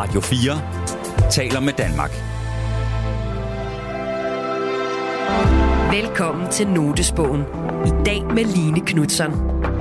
Radio 4 taler med Danmark. Velkommen til Notesbogen. I dag med Line Knutzon.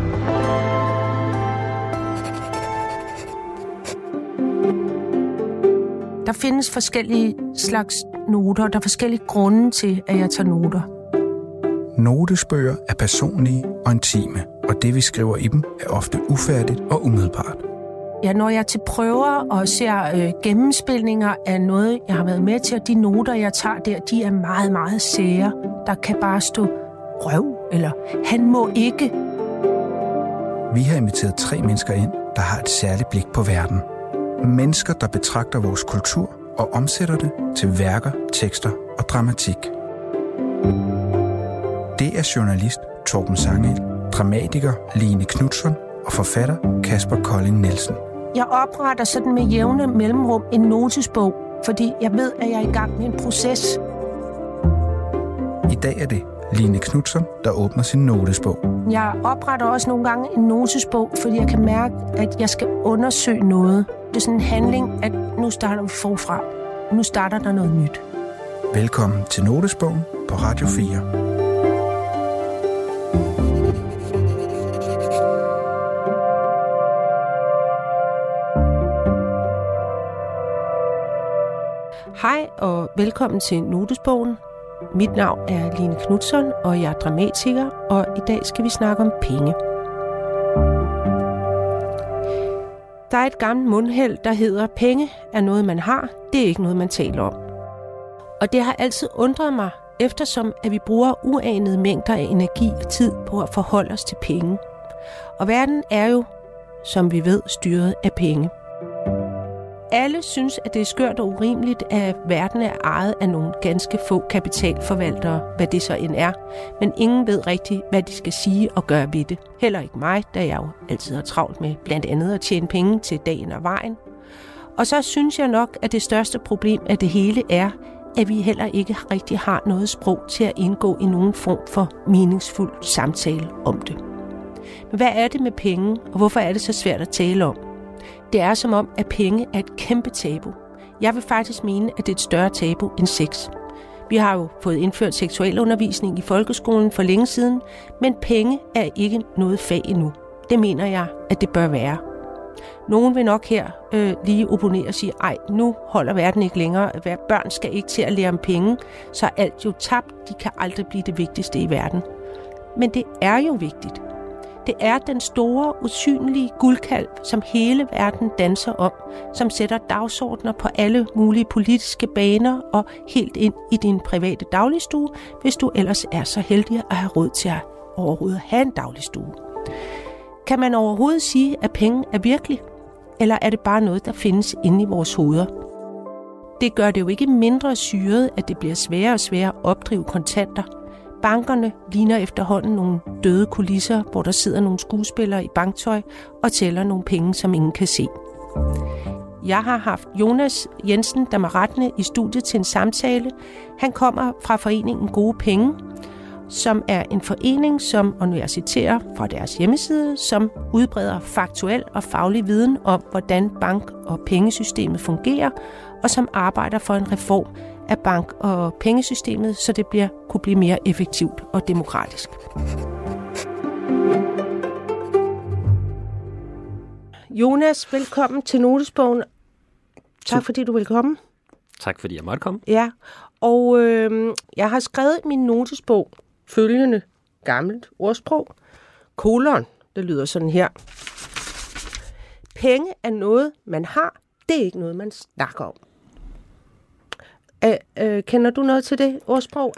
Der findes forskellige slags noter. Der er forskellige grunde til, at jeg tager noter. Notesbøger er personlige og intime, og det vi skriver i dem er ofte ufærdigt og umiddelbart. Ja, når jeg er til prøver og ser gennemspilninger af noget, jeg har været med til, og de noter, jeg tager der, de er meget, meget sære. Der kan bare stå røv, eller han må ikke. Vi har inviteret 3 mennesker ind, der har et særligt blik på verden. Mennesker, der betragter vores kultur og omsætter det til værker, tekster og dramatik. Det er journalist Torben Sangel, dramatiker Line Knutzon og forfatter Kasper Kolding Nielsen. Jeg opretter sådan med jævne mellemrum en notesbog, fordi jeg ved, at jeg er i gang med en proces. I dag er det Line Knutzon, der åbner sin notesbog. Jeg opretter også nogle gange en notesbog, fordi jeg kan mærke, at jeg skal undersøge noget. Det er sådan en handling, at nu starter vi forfra. Nu starter der noget nyt. Velkommen til Notesbogen på Radio 4. Hej og velkommen til Notesbogen. Mit navn er Line Knutzon, og jeg er dramatiker, og i dag skal vi snakke om penge. Der er et gammelt mundheld, der hedder, penge er noget, man har, det er ikke noget, man taler om. Og det har altid undret mig, eftersom at vi bruger uanede mængder af energi og tid på at forholde os til penge. Og verden er jo, som vi ved, styret af penge. Alle synes, at det er skørt og urimeligt, at verden er ejet af nogle ganske få kapitalforvaltere, hvad det så end er. Men ingen ved rigtigt, hvad de skal sige og gøre ved det. Heller ikke mig, da jeg jo altid har travlt med blandt andet at tjene penge til dagen og vejen. Og så synes jeg nok, at det største problem af det hele er, at vi heller ikke rigtig har noget sprog til at indgå i nogen form for meningsfuld samtale om det. Men hvad er det med penge, og hvorfor er det så svært at tale om? Det er som om, at penge er et kæmpe tabu. Jeg vil faktisk mene, at det er et større tabu end sex. Vi har jo fået indført seksualundervisning i folkeskolen for længe siden, men penge er ikke noget fag endnu. Det mener jeg, at det bør være. Nogen vil nok her lige opponere og sige, ej, nu holder verden ikke længere. Børn skal ikke til at lære om penge, så er alt jo tabt. De kan aldrig blive det vigtigste i verden. Men det er jo vigtigt. Det er den store, usynlige guldkalv, som hele verden danser om, som sætter dagsordner på alle mulige politiske baner og helt ind i din private dagligstue, hvis du ellers er så heldig at have råd til at overhovedet have en dagligstue. Kan man overhovedet sige, at penge er virkelig? Eller er det bare noget, der findes inde i vores hoveder? Det gør det jo ikke mindre syret, at det bliver sværere og sværere at opdrive kontanter. Bankerne ligner efterhånden nogle døde kulisser, hvor der sidder nogle skuespillere i banktøj og tæller nogle penge, som ingen kan se. Jeg har haft Jonas Jensen, der var rettende i studiet til en samtale. Han kommer fra foreningen Gode Penge, som er en forening, som, og nu jeg citerer fra deres hjemmeside, som udbreder faktuel og faglig viden om, hvordan bank- og pengesystemet fungerer, og som arbejder for en reform af bank- og pengesystemet, så det kunne blive mere effektivt og demokratisk. Jonas, velkommen til Notesbogen. Tak fordi du vil komme. Tak fordi jeg måtte komme. Ja, og jeg har skrevet i min notesbog følgende gammelt ordsprog. Kolon, det lyder sådan her. Penge er noget, man har. Det er ikke noget, man snakker om. Kender du noget til det ordsprog?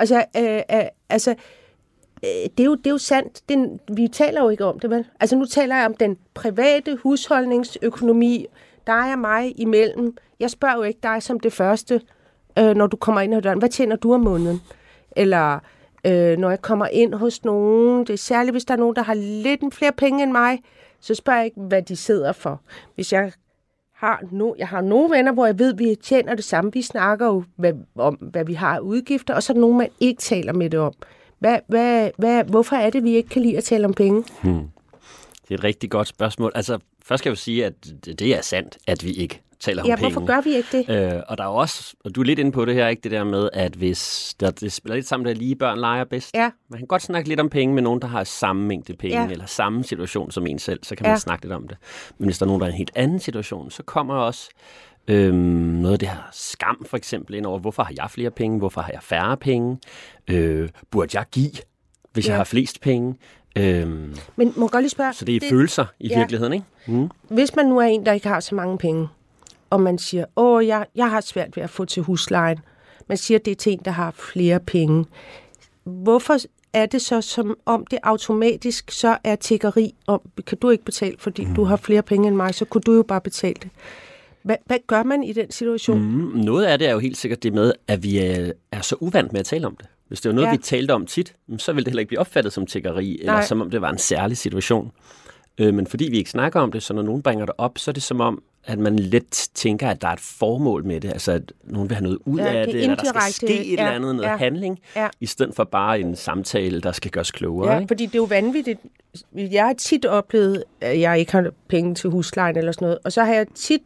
Det er jo sandt. Vi taler jo ikke om det, vel? Altså, nu taler jeg om den private husholdningsøkonomi. Der er mig imellem. Jeg spørger jo ikke dig som det første, når du kommer ind ad døren. Hvad tjener du om måneden? Eller når jeg kommer ind hos nogen, det er særligt, hvis der er nogen, der har lidt flere penge end mig, så spørger jeg ikke, hvad de sidder for. Hvis jeg har nogle venner, hvor jeg ved, at vi tjener det samme. Vi snakker jo om, hvad vi har af udgifter, og så er der nogen, man ikke taler med det om. Hvorfor er det, vi ikke kan lide at tale om penge? Det er et rigtig godt spørgsmål. Altså, først skal jeg jo sige, at det er sandt, at vi ikke taler om penge. Ja, hvorfor gør vi ikke det? Og der er også, og du er lidt inde på det her, ikke, det der med, at hvis det spiller lidt sammen, at lige børn leger bedst. Ja. Man kan godt snakke lidt om penge med nogen, der har samme mængde penge, eller samme situation som en selv, så kan man snakke lidt om det. Men hvis der er nogen, der er i en helt anden situation, så kommer også noget af det her skam, for eksempel, ind over, hvorfor har jeg flere penge, hvorfor har jeg færre penge, burde jeg give, hvis jeg har flest penge. Men må godt lige spørge... Så det er følelser i virkeligheden, ikke? Mm. Hvis man nu er en, der ikke har så mange penge, og man siger, jeg har svært ved at få til huslejen. Man siger, det er til en, der har flere penge. Hvorfor er det så, som om det automatisk så er tiggeri? Kan du ikke betale, fordi du har flere penge end mig, så kunne du jo bare betale det. Hvad gør man i den situation? Noget af det er jo helt sikkert det med, at vi er så uvant med at tale om det. Hvis det var noget, vi talte om tit, så ville det heller ikke blive opfattet som tiggeri, eller som om det var en særlig situation. Men fordi vi ikke snakker om det, så når nogen bringer det op, så er det som om, at man let tænker, at der er et formål med det, altså at nogen vil have noget ud af det, eller der skal ske et eller andet, noget handling, i stedet for bare en samtale, der skal gøres klogere. Ja, ikke? fordi det er jo vanvittigt. Jeg har tit oplevet, at jeg ikke har penge til huslejen eller sådan noget, og så har jeg tit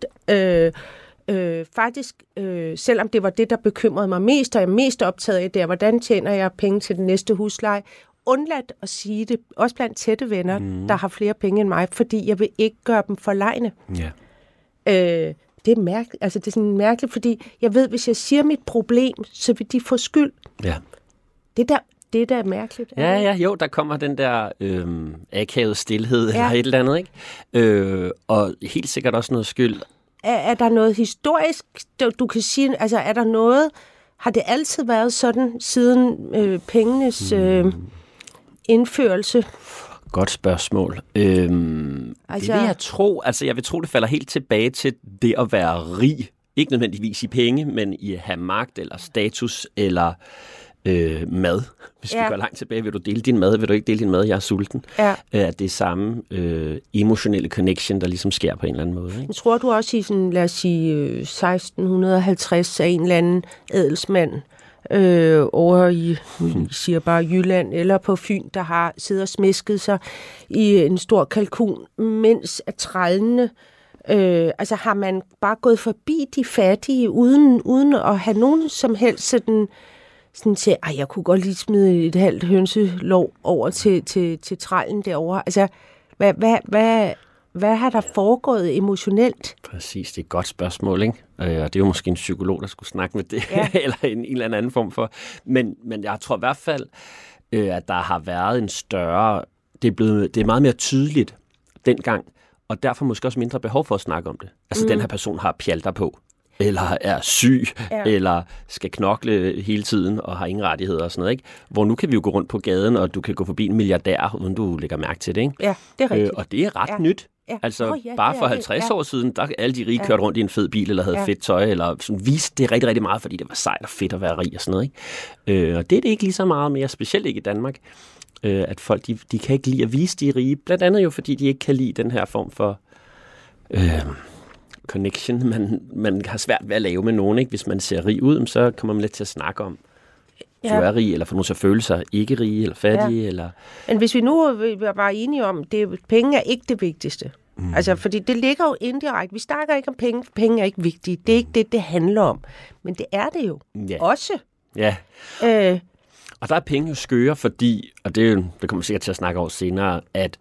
faktisk, selvom det var det, der bekymrede mig mest, og jeg er mest optaget af det, hvordan tjener jeg penge til den næste husleje, undladt at sige det, også blandt tætte venner, der har flere penge end mig, fordi jeg vil ikke gøre dem forlegne. Ja. Det er mærkeligt, altså det er sådan mærkeligt, fordi jeg ved, hvis jeg siger mit problem, så vil de få skyld. Ja. Det der er mærkeligt. Jo, der kommer den der akavet stilhed eller et eller andet, ikke? Og helt sikkert også noget skyld. Er der noget historisk, du kan sige, altså er der noget, har det altid været sådan siden pengenes indførelse? Godt spørgsmål. Det vil jeg tro. Altså, jeg vil tro, det falder helt tilbage til det at være rig. Ikke nødvendigvis i penge, men i at have magt eller status eller mad. Hvis vi går langt tilbage, vil du dele din mad? Vil du ikke dele din mad? Jeg er sulten. Ja. At det er samme emotionelle connection, der ligesom sker på en eller anden måde. Ikke? Jeg tror du også i sådan, lad os sige, 1650 af en eller anden adelsmand over i, siger bare Jylland eller på Fyn, der har siddet og smæsket sig i en stor kalkun, mens at trællene, altså har man bare gået forbi de fattige, uden at have nogen som helst sådan til, jeg kunne godt lige smide et halvt hønselov over til trællen derovre. Altså, hvad har der foregået emotionelt? Præcis, det er et godt spørgsmål, ikke? Og det er jo måske en psykolog, der skulle snakke med det, eller en eller anden form for. Men jeg tror i hvert fald, at der har været en større... Det er meget mere tydeligt dengang, og derfor måske også mindre behov for at snakke om det. Altså, den her person har pjalter på, eller er syg, eller skal knokle hele tiden, og har ingen rettigheder og sådan noget, ikke? Hvor nu kan vi jo gå rundt på gaden, og du kan gå forbi en milliardær, uden du lægger mærke til det, ikke? Ja, det er rigtigt. Og det er ret nyt. Ja. Altså, bare for 50 år siden, der alle de rige kørte rundt i en fed bil, eller havde fedt tøj, eller sådan viste det rigtig, rigtig meget, fordi det var sejt og fedt at være rig og sådan noget, ikke? Og det er det ikke lige så meget mere, specielt ikke i Danmark, at folk, de kan ikke lide at vise de rige, blandt andet jo, fordi de ikke kan lide den her form for connection, man har svært ved at lave med nogen, ikke? Hvis man ser rig ud, så kommer man lidt til at snakke om, du er rig, eller få nogen til at føle sig ikke rige, eller fattige, eller... Men hvis vi nu var enige om, at penge er ikke det vigtigste. Altså, fordi det ligger jo indirekte. Vi snakker ikke om penge, for penge er ikke vigtige. Det er ikke det handler om. Men det er det jo også. Ja. Og der er penge jo skøre, fordi, og det kommer sikkert til at snakke over senere,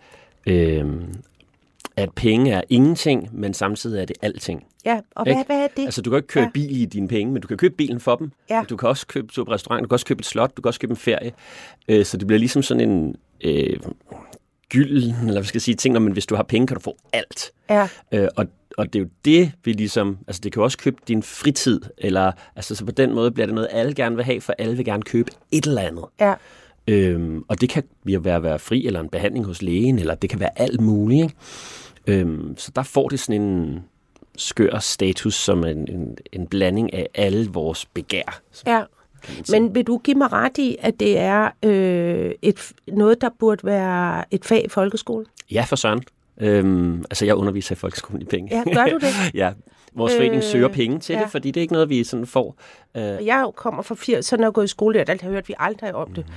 at penge er ingenting, men samtidig er det alting. Ja, og hvad er det? Altså, du kan ikke køre bil i dine penge, men du kan købe bilen for dem. Ja. Du kan også købe på restaurant, du kan også købe et slot, du kan også købe en ferie. Så det bliver ligesom sådan en gylden, eller hvad skal jeg sige, ting, men hvis du har penge, kan du få alt. Ja. Og det er jo det, vi ligesom... Altså, det kan jo også købe din fritid, eller... Altså, så på den måde bliver det noget, alle gerne vil have, for alle vil gerne købe et eller andet. Ja. Og det kan jo være fri, eller en behandling hos lægen, eller det kan være alt muligt, ikke? Så der får det sådan en skør status, som en blanding af alle vores begær. Ja, men vil du give mig ret i, at det er noget, der burde være et fag i folkeskolen? Ja, for søren. Jeg underviser i folkeskolen i penge. Ja, gør du det? Ja, vores forening søger penge til det, fordi det er ikke noget, vi sådan får. Jeg kommer fra 80'erne og gået i skole, og der har hørt vi aldrig om det.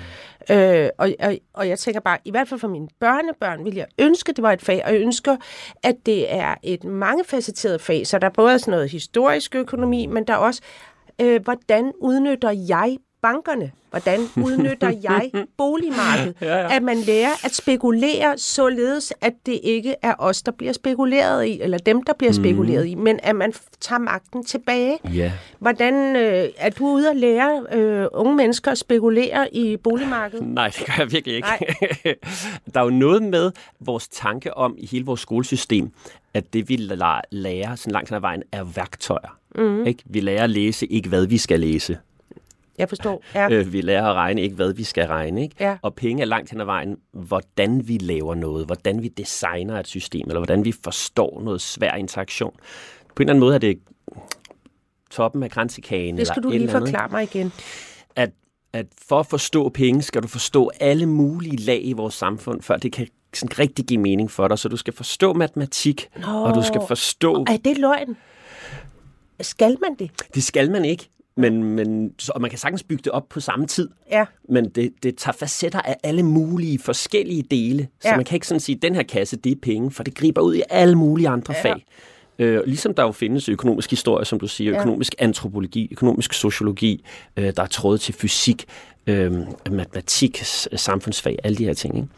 Og jeg tænker bare, i hvert fald for mine børnebørn, vil jeg ønske, det var et fag, og jeg ønsker, at det er et mangefacetteret fag, så der er både sådan noget historisk økonomi, men der er også, hvordan udnytter jeg bankerne? Hvordan udnytter jeg boligmarkedet? Ja. At man lærer at spekulere, således at det ikke er os, der bliver spekuleret i, eller dem, der bliver spekuleret i, men at man tager magten tilbage. Ja. Hvordan er du ude at lære unge mennesker at spekulere i boligmarkedet? Nej, det gør jeg virkelig ikke. Der er jo noget med vores tanke om i hele vores skolesystem, at det vi lærer sådan langt hen ad vejen er værktøjer. Ikke? Vi lærer at læse, ikke hvad vi skal læse. Jeg forstår, ja. Vi lærer at regne, ikke hvad vi skal regne. Ikke? Ja. Og penge er langt hen ad vejen, hvordan vi laver noget, hvordan vi designer et system, eller hvordan vi forstår noget svær interaktion. På en eller anden måde er det toppen af kransekagen. Det skal du lige forklare mig igen. At for at forstå penge, skal du forstå alle mulige lag i vores samfund, før det kan sådan rigtig give mening for dig. Så du skal forstå matematik, og du skal forstå... Er det løgn? Skal man det? Det skal man ikke. Og man kan sagtens bygge det op på samme tid. Ja. Men det tager facetter af alle mulige forskellige dele. Så man kan ikke sådan sige, at den her kasse, det er penge, for det griber ud i alle mulige andre fag. Ligesom der jo findes økonomisk historie, som du siger, økonomisk antropologi, økonomisk sociologi, der er trådet til fysik, matematik, samfundsfag, alle de her ting, ikke?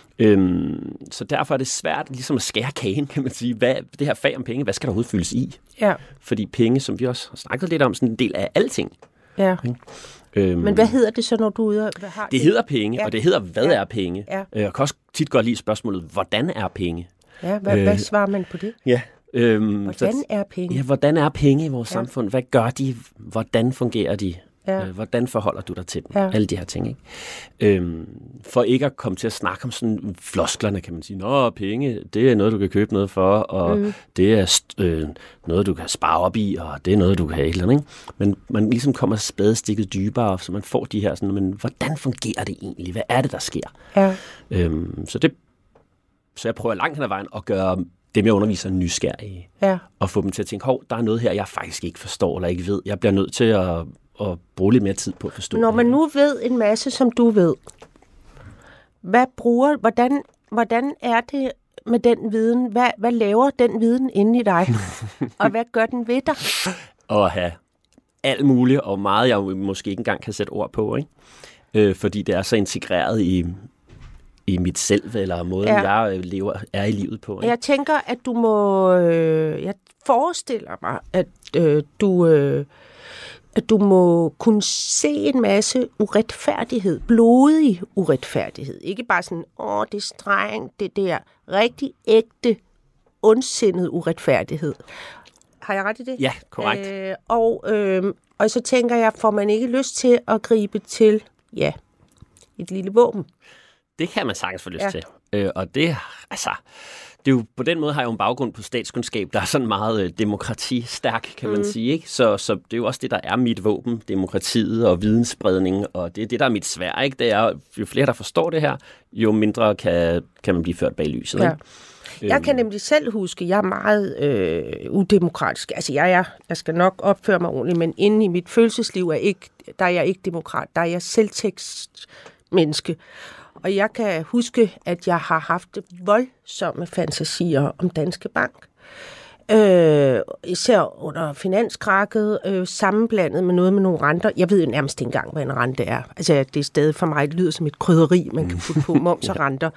Så derfor er det svært ligesom at skære kagen, kan man sige. Hvad det her fag om penge, hvad skal der overhovedet fyldes i? Ja. Fordi penge, som vi også har snakket lidt om, sådan en del af alting. Ja. Men hvad hedder det så, når du er ude? Det hedder penge, og det hedder, hvad er penge? Ja. Jeg kan også tit godt lide spørgsmålet, hvordan er penge? Ja, hvad svarer man på det? Ja. Hvordan er penge? Ja, hvordan er penge i vores samfund? Hvad gør de? Hvordan fungerer de? Ja. Hvordan forholder du dig til dem? Ja. Alle de her ting, ikke? For ikke at komme til at snakke om sådan flosklerne, kan man sige. Nå, penge, det er noget, du kan købe noget for, og det er noget, du kan spare op i, og det er noget, du kan have eller andet, ikke? Men man ligesom kommer spadestikket dybere, så man får de her sådan, men hvordan fungerer det egentlig? Hvad er det, der sker? Ja. Så jeg prøver langt hen ad vejen at gøre dem, jeg underviser, nysgerrige. Ja. Og få dem til at tænke, der er noget her, jeg faktisk ikke forstår eller ikke ved. Jeg bliver nødt til at bruge lidt mere tid på at forstå. Når man nu ved en masse, som du ved, hvordan er det med den viden? Hvad laver den viden inde i dig? Og hvad gør den ved dig? At have alt muligt, og meget, jeg måske ikke engang kan sætte ord på, ikke? Fordi det er så integreret i mit selv, eller måden, jeg er i livet på. Ikke? Jeg tænker, at du må... jeg forestiller mig, at du må kunne se en masse uretfærdighed, blodig uretfærdighed. Ikke bare sådan, det er strengt, det der rigtig ægte, ondsindet uretfærdighed. Har jeg ret i det? Ja, korrekt. Og så tænker jeg, får man ikke lyst til at gribe til, et lille våben? Det kan man sagtens få lyst til. Og det, det er jo, på den måde har jeg jo en baggrund på statskundskab, der er sådan meget demokratistærk, kan man sige, ikke? Så det er jo også det, der er mit våben, demokratiet og vidensspredning, og det er det, der er mit sværd, ikke? Det er, jo flere, der forstår det her, jo mindre kan man blive ført bag lyset, ikke? Jeg kan nemlig selv huske, jeg er meget udemokratisk. Altså, jeg skal nok opføre mig ordentligt, men inde i mit følelsesliv der er jeg ikke demokrat, der er jeg selvtekstmenneske. Og jeg kan huske, at jeg har haft voldsomme fantasier om Danske Bank. Især under finanskrakket, sammenblandet med noget med nogle renter. Jeg ved jo nærmest ikke engang, hvad en rente er. Altså, det er stadig for mig, det lyder som et krydderi, man kan putte på moms og renter.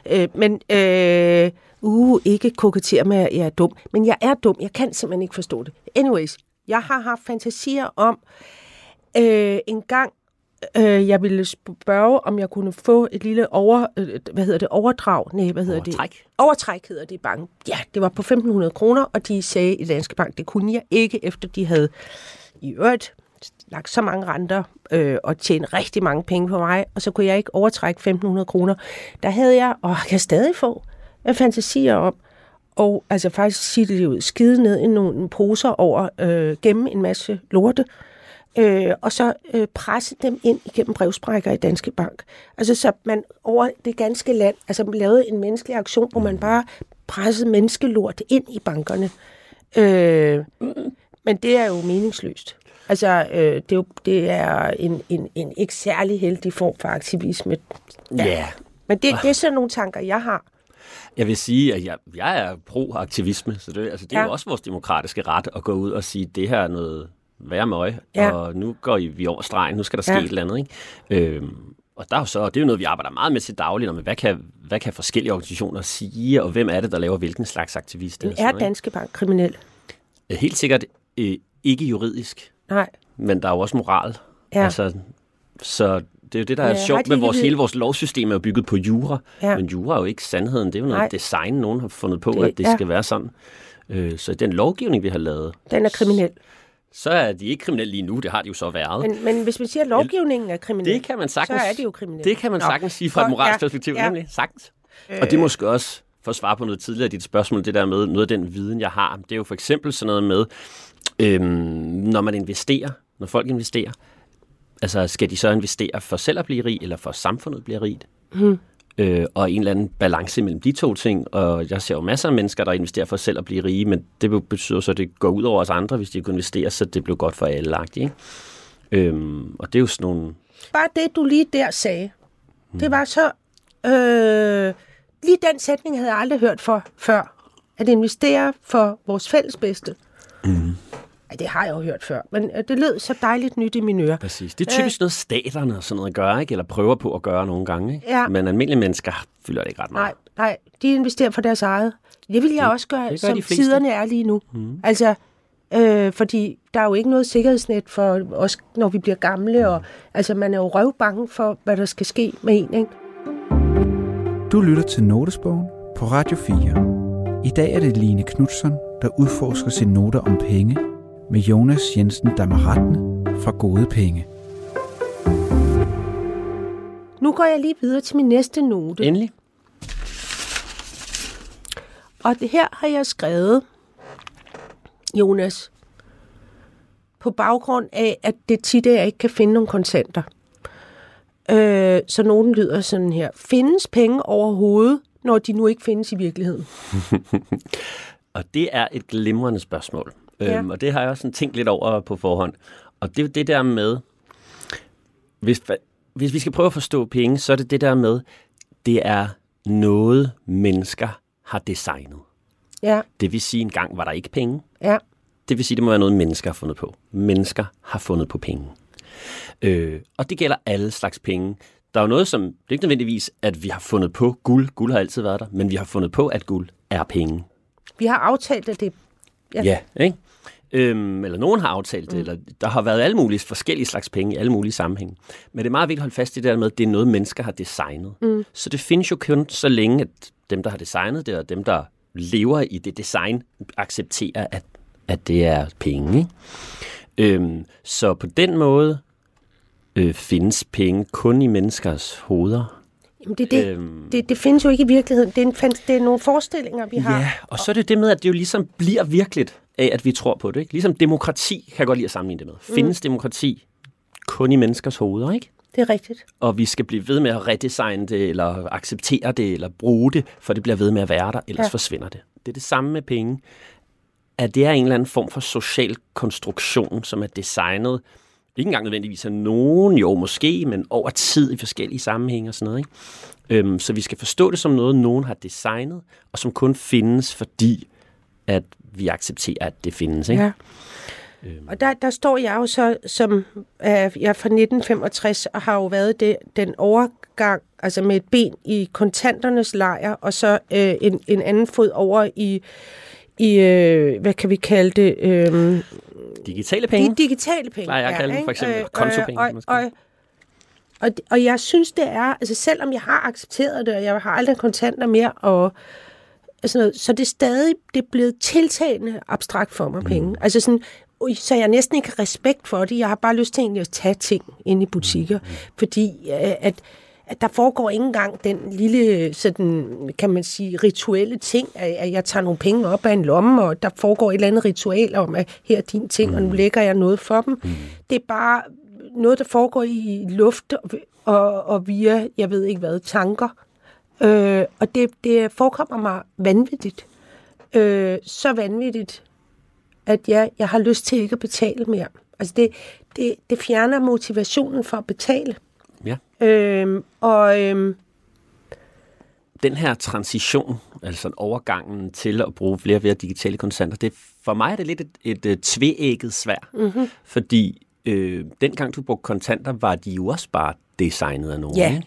Ikke kokettere med, at jeg er dum. Men jeg er dum, jeg kan simpelthen ikke forstå det. Anyways, jeg har haft fantasier om en gang, jeg ville spørge, om jeg kunne få et lille overdrag. Overtræk hedder det i banken. Ja, det var på 1.500 kroner, og de sagde i Danske Bank, det kunne jeg ikke, efter de havde i øvrigt lagt så mange renter og tjent rigtig mange penge på mig, og så kunne jeg ikke overtrække 1.500 kroner. Der havde jeg, og kan stadig få, fantasier om, og altså faktisk sige det ud, skide ned i nogle poser over, gemme en masse lorte, og så presse dem ind igennem brevsprækker i Danske Bank. Altså så man over det ganske land, altså lavede en menneskelig aktion, hvor man bare presset menneskelort ind i bankerne. Men det er jo meningsløst. Altså, det er en ikke særlig heldig form for aktivisme. Ja. Men det er sådan nogle tanker, jeg har. Jeg vil sige, at jeg er pro-aktivisme, så det er jo også vores demokratiske ret at gå ud og sige, at det her er noget værre møg, og nu går vi over stregen, nu skal der ske et eller andet, ikke? Og der er jo så, det er jo noget, vi arbejder meget med til dagligt, med hvad kan forskellige organisationer sige, og hvem er det, der laver hvilken slags aktivist? Men er Danske Bank kriminel? Helt sikkert ikke juridisk. Nej. Men der er jo også moral. Ja. Altså, så det er jo det, der er sjovt med hele vores lovsystem er jo bygget på jura. Ja. Men jura er jo ikke sandheden. Det er jo noget design, nogen har fundet på, at det skal være sådan. Så den lovgivning, vi har lavet... Den er kriminel. Så er de ikke kriminelle lige nu, det har de jo så været. Men hvis man siger, at lovgivningen er kriminel, det kan man sagtens, så er det jo kriminelt. Det kan man sagtens sige fra et moralsk perspektiv, nemlig sagtens. Og det er måske også, for at svare på noget tidligere i dit spørgsmål, det der med noget af den viden, jeg har. Det er jo for eksempel sådan noget med, når man investerer, når folk investerer, altså skal de så investere for selv at blive rig, eller for samfundet at blive rigt? Og en eller anden balance mellem de to ting. Og jeg ser jo masser af mennesker, der investerer for selv at blive rige, men det betyder så, at det går ud over os andre, hvis de kunne investere, så det blev godt for alle. Ikke? Og det er jo sådan nogle... Bare det, du lige der sagde, det var så... lige den sætning havde jeg aldrig hørt før. At investere for vores fælles bedste. Ja, det har jeg jo hørt før, men det lød så dejligt nyt i mine ører. Præcis. Det er typisk noget, staterne og sådan noget gør, ikke? Eller prøver på at gøre nogle gange. Ikke? Ja. Men almindelige mennesker fylder det ikke ret meget. Nej, de investerer for deres eget. Det vil jeg også gøre, som tiderne er lige nu. Altså, fordi der er jo ikke noget sikkerhedsnet for os, når vi bliver gamle. Og, altså, man er jo røvbange for, hvad der skal ske med en, ikke? Du lytter til Notesbogen på Radio 4. I dag er det Line Knutzon, der udforsker sine noter om penge, med Jonas Jensen Dammeratne fra Gode Penge. Nu går jeg lige videre til min næste note. Endelig. Og det her har jeg skrevet, Jonas, på baggrund af, at det tit er, jeg ikke kan finde nogle kontanter. Så noten lyder sådan her. Findes penge overhovedet, når de nu ikke findes i virkeligheden? Og det er et glimrende spørgsmål. Ja. Og det har jeg også sådan tænkt lidt over på forhånd. Og det er jo det der med, hvis vi skal prøve at forstå penge, så er det der med, det er noget, mennesker har designet. Ja. Det vil sige, en gang var der ikke penge. Ja. Det vil sige, det må være noget, mennesker har fundet på. Mennesker har fundet på penge. Og det gælder alle slags penge. Der er jo noget, som, det er ikke nødvendigvis, at vi har fundet på guld. Guld har altid været der, men vi har fundet på, at guld er penge. Vi har aftalt, at det... Ja, ikke? Eller nogen har aftalt det, eller der har været alle mulige forskellige slags penge i alle mulige sammenhænge. Men det er meget vigtigt at holde fast i det der med, at det er noget, mennesker har designet. Så det findes jo kun så længe, at dem, der har designet det, og dem, der lever i det design, accepterer, at det er penge. Ikke? Så på den måde findes penge kun i menneskers hoveder. Jamen det findes jo ikke i virkeligheden. Det er nogle forestillinger, vi har. Ja, og så er det det med, at det jo ligesom bliver virkeligt af, at vi tror på det. Ikke? Ligesom demokrati kan jeg godt lide at sammenligne det med. Findes demokrati kun i menneskers hoveder, ikke? Det er rigtigt. Og vi skal blive ved med at redesigne det, eller acceptere det, eller bruge det, for det bliver ved med at være der, ellers forsvinder det. Det er det samme med penge. At det er en eller anden form for social konstruktion, som er designet, ikke engang nødvendigvis af nogen, jo måske, men over tid i forskellige sammenhænge og sådan noget. Ikke? Så vi skal forstå det som noget, nogen har designet, og som kun findes, fordi at vi accepterer, at det findes. Ikke? Ja. Og der står jeg jo så, som jeg er fra 1965, og har jo været den overgang, altså med et ben i kontanternes lejr, og så en anden fod over i hvad kan vi kalde det? Digitale penge. Digitale penge. Nej, jeg kalder det for eksempel kontopenge. Og jeg synes, det er, altså selvom jeg har accepteret det, og jeg har aldrig kontanter mere, og sådan noget, så det er stadig blevet tiltagende abstrakt for mig, penge. Altså sådan, så jeg næsten ikke har respekt for det. Jeg har bare lyst til egentlig at tage ting ind i butikker, fordi at der foregår ikke engang den lille, sådan, kan man sige, rituelle ting, at jeg tager nogle penge op af en lomme, og der foregår et eller andet ritual om, at her er dine ting, og nu lægger jeg noget for dem. Det er bare noget, der foregår i luft og via, jeg ved ikke hvad, tanker. Og det forekommer mig vanvittigt. Så vanvittigt, at jeg har lyst til ikke at betale mere. Altså det fjerner motivationen for at betale. Ja. Den her transition, altså overgangen til at bruge flere og flere digitale kontanter, for mig er det lidt et tveægget sværd. Mm-hmm. Fordi dengang du brugte kontanter, var de jo også bare designet af nogen. Ja.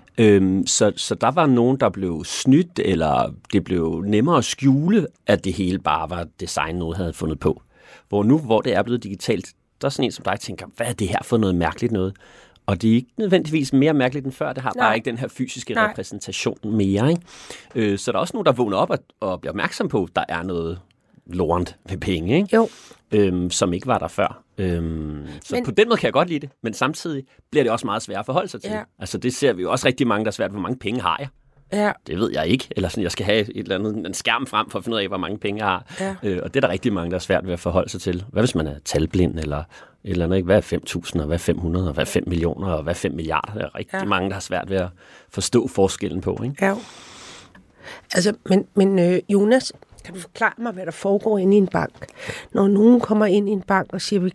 Så der var nogen, der blev snydt, eller det blev nemmere at skjule, at det hele bare var design, noget havde fundet på. Hvor nu, hvor det er blevet digitalt, der er sådan en som dig, tænker, hvad er det her for noget mærkeligt noget? Og det er ikke nødvendigvis mere mærkeligt end før. Det har bare ikke den her fysiske repræsentation mere. Ikke? Så der er også nogen, der vågner op og bliver opmærksom på, at der er noget lorent ved penge, ikke? Jo. Som ikke var der før. Så på den måde kan jeg godt lide det, men samtidig bliver det også meget svært at forholde sig til. Ja. Altså det ser vi jo også rigtig mange, der er svært. Hvor mange penge har jeg? Ja. Det ved jeg ikke. Eller sådan, jeg skal have en skærm frem for at finde ud af, hvor mange penge jeg har. Ja. Og det er der rigtig mange, der er svært ved at forholde sig til. Hvad hvis man er talblind, eller et eller andet, ikke? Hvad er 5.000, og hvad er 500, og hvad er 5 millioner, og hvad er 5 milliarder? Der er rigtig mange, der har svært ved at forstå forskellen på, ikke? Ja. Altså, men Jonas, kan du forklare mig, hvad der foregår inde i en bank? Når nogen kommer ind i en bank og siger, vi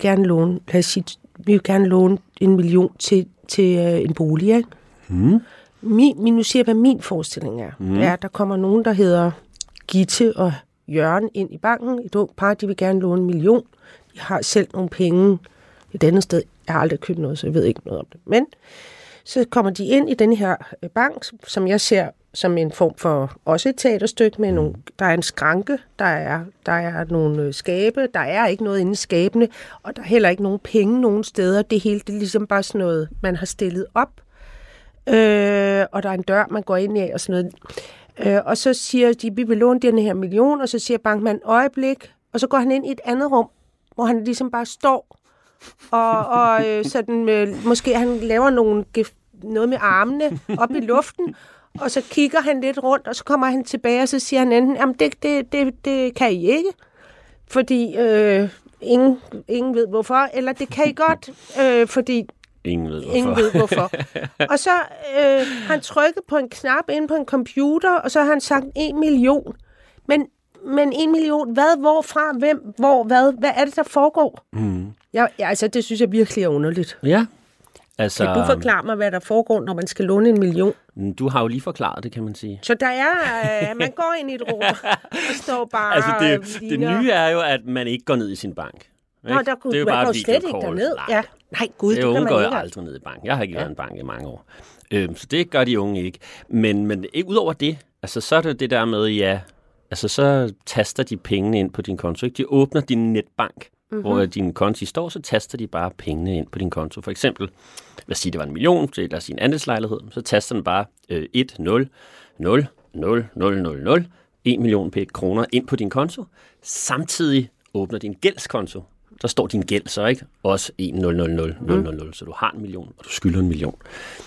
vil gerne låne 1 million til en bolig, ikke? Mm. Nu siger jeg, hvad min forestilling er. Mm. Det er, at der kommer nogen, der hedder Gitte og Jørgen ind i banken. Et ungt par, de vil gerne låne 1 million. De har selv nogle penge et andet sted. Jeg har aldrig købt noget, så jeg ved ikke noget om det. Men så kommer de ind i den her bank, som jeg ser som en form for også et teaterstykke med nogle, der er en skranke, der er nogle skabe, der er ikke noget inde i skabene, og der er heller ikke nogen penge nogen steder. Det hele, det er ligesom bare sådan noget, man har stillet op. Og der er en dør, man går ind i og sådan noget. Og så siger de, vi vil låne den her million, og så siger bankmanden øjeblik, og så går han ind i et andet rum, hvor han ligesom bare står, og sådan, måske han laver noget med armene op i luften, og så kigger han lidt rundt, og så kommer han tilbage, og så siger han enten, jamen det kan I ikke, fordi ingen ved hvorfor, eller det kan I godt, fordi ingen ved hvorfor. Og så har han trykket på en knap inde på en computer, og så har han sagt 1 million. Men 1 million, hvad, hvorfra, hvem, hvor, hvad er det, der foregår? Mm. Altså, det synes jeg virkelig er underligt. Ja. Altså, kan du forklare mig, hvad der foregår, når man skal låne 1 million? Du har jo lige forklaret det, kan man sige. Så der er, man går ind i et rum og står bare... Altså, det nye er jo, at man ikke går ned i sin bank. Nå, der kunne, det er jo bare slet ikke derned. Ja. Nej, gud, det kan man ikke. Går jeg aldrig ned i bank. Jeg har ikke været i en bank i mange år. Så det gør de unge ikke. Men udover det, altså, så er det det der med, ja, altså, så taster de pengene ind på din konto. Ikke? De åbner din netbank, hvor din konto står, så taster de bare pengene ind på din konto. For eksempel, lad os sige, det var 1 million til lad os sige, en andelslejlighed, så taster den bare 1 0 0 0 0 0 0 1 million kroner ind på din konto. Samtidig åbner din gældskonto. Der står din gæld så, ikke? Også 1 0 0 0 0 0 0, så du har 1 million, og du skylder 1 million.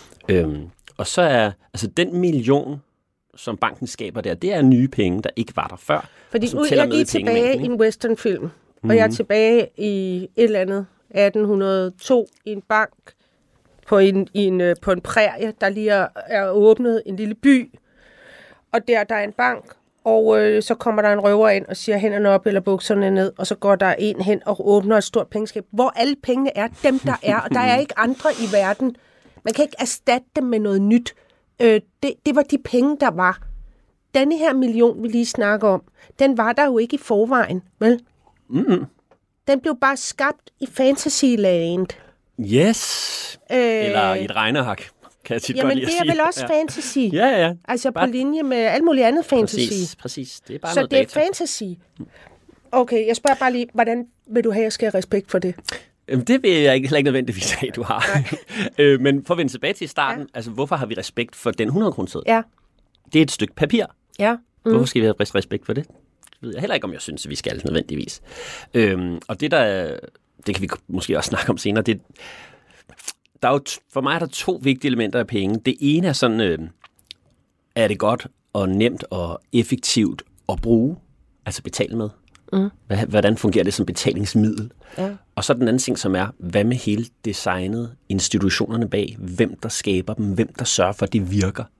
Og så er, altså den million, som banken skaber der, det er nye penge, der ikke var der før. Fordi nu er jeg lige tilbage i en westernfilm, og jeg er tilbage i et eller andet 1802 i en bank på en prærie, der lige er åbnet en lille by, og der er en bank, og så kommer der en røver ind og siger hænderne op eller bukserne ned, og så går der en hen og åbner et stort pengeskab, hvor alle pengene er dem, der er, og der er ikke andre i verden. Man kan ikke erstatte dem med noget nyt. Det var de penge, der var. Denne her million, vi lige snakker om, den var der jo ikke i forvejen, vel? Mm-hmm. Den blev bare skabt i Fantasyland. Yes. Eller i et regneark. Jamen, det er vel også fantasy. Ja. Altså bare på linje med alt muligt andet fantasy. Præcis. Det er bare så noget det er data. Fantasy. Okay, jeg spørger bare lige, hvordan vil du have, at jeg skal have respekt for det? Det vil jeg heller ikke nødvendigvis have, du har. Men for at vende tilbage til starten, altså hvorfor har vi respekt for den 100-kroneseddel? Ja. Det er et stykke papir. Ja. Hvorfor skal vi have respekt for det? Det ved jeg heller ikke, om jeg synes, at vi skal nødvendigvis. Og det kan vi måske også snakke om senere, der er jo for mig er der 2 vigtige elementer af penge. Det ene er sådan, er det godt og nemt og effektivt at bruge, altså betale med. Hvordan fungerer det som betalingsmiddel? Ja. Og så den anden ting, som er, hvad med hele designet, institutionerne bag, hvem der skaber dem, hvem der sørger for, at det virker.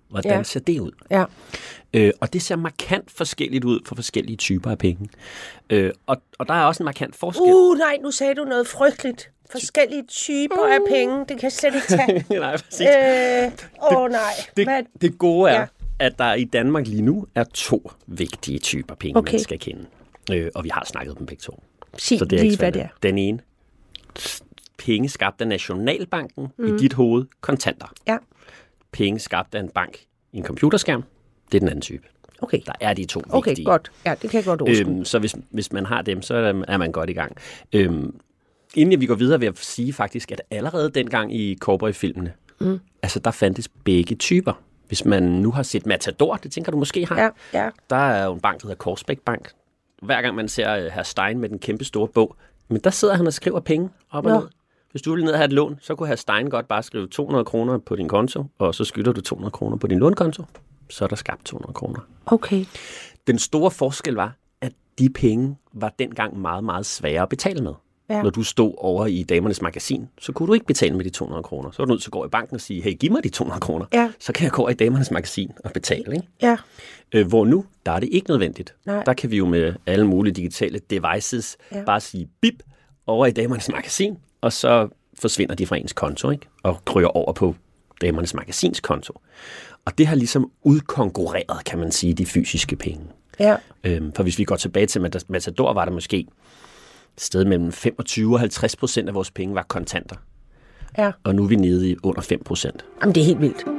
Hvordan ser det ud? Ja. Og det ser markant forskelligt ud for forskellige typer af penge. Og der er også en markant forskel. Nej, nu sagde du noget frygteligt. Forskellige typer af penge, det kan jeg slet ikke tage. Nej, præcis. Nej. Det gode er, at der i Danmark lige nu er 2 vigtige typer penge, man skal kende. Og vi har snakket om dem begge 2. Sig lige, hvad det er. Den ene, penge skabt af Nationalbanken i dit hoved, kontanter. Ja. Penge skabt af en bank i en computerskærm, det er den anden type. Okay. Der er de 2 vigtige. Okay, godt. Ja, det kan jeg godt overskue. Så hvis man har dem, så er man godt i gang. Inden vi går videre, vil jeg sige faktisk, at allerede dengang i cowboy-filmene, altså der fandtes begge typer. Hvis man nu har set Matador, det tænker du måske har, der er jo en bank, der hedder Korsbæk Bank. Hver gang man ser hr. Stein med den kæmpe store bog, men der sidder han og skriver penge op og ned. Hvis du vil ned og have et lån, så kunne hr. Stein godt bare skrive 200 kroner på din konto, og så skylder du 200 kroner på din lånkonto. Så er der skabt 200 kroner. Okay. Den store forskel var, at de penge var dengang meget, meget svære at betale med. Ja. Når du stod over i Damernes Magasin, så kunne du ikke betale med de 200 kroner. Så var du nødt til at gå i banken og sige, hey, giv mig de 200 kroner. Ja. Så kan jeg gå over i Damernes Magasin og betale. Ikke? Ja. Hvor nu, der er det ikke nødvendigt. Nej. Der kan vi jo med alle mulige digitale devices bare sige bip over i Damernes Magasin, og så forsvinder de fra ens konto, ikke? Og kryger over på Damernes Magasins konto. Og det har ligesom udkonkurreret, kan man sige, de fysiske penge. Ja. For hvis vi går tilbage til Matador, var der måske et sted mellem 25% og 50% af vores penge var kontanter. Ja. Og nu er vi nede i under 5%. Jamen, det er helt vildt.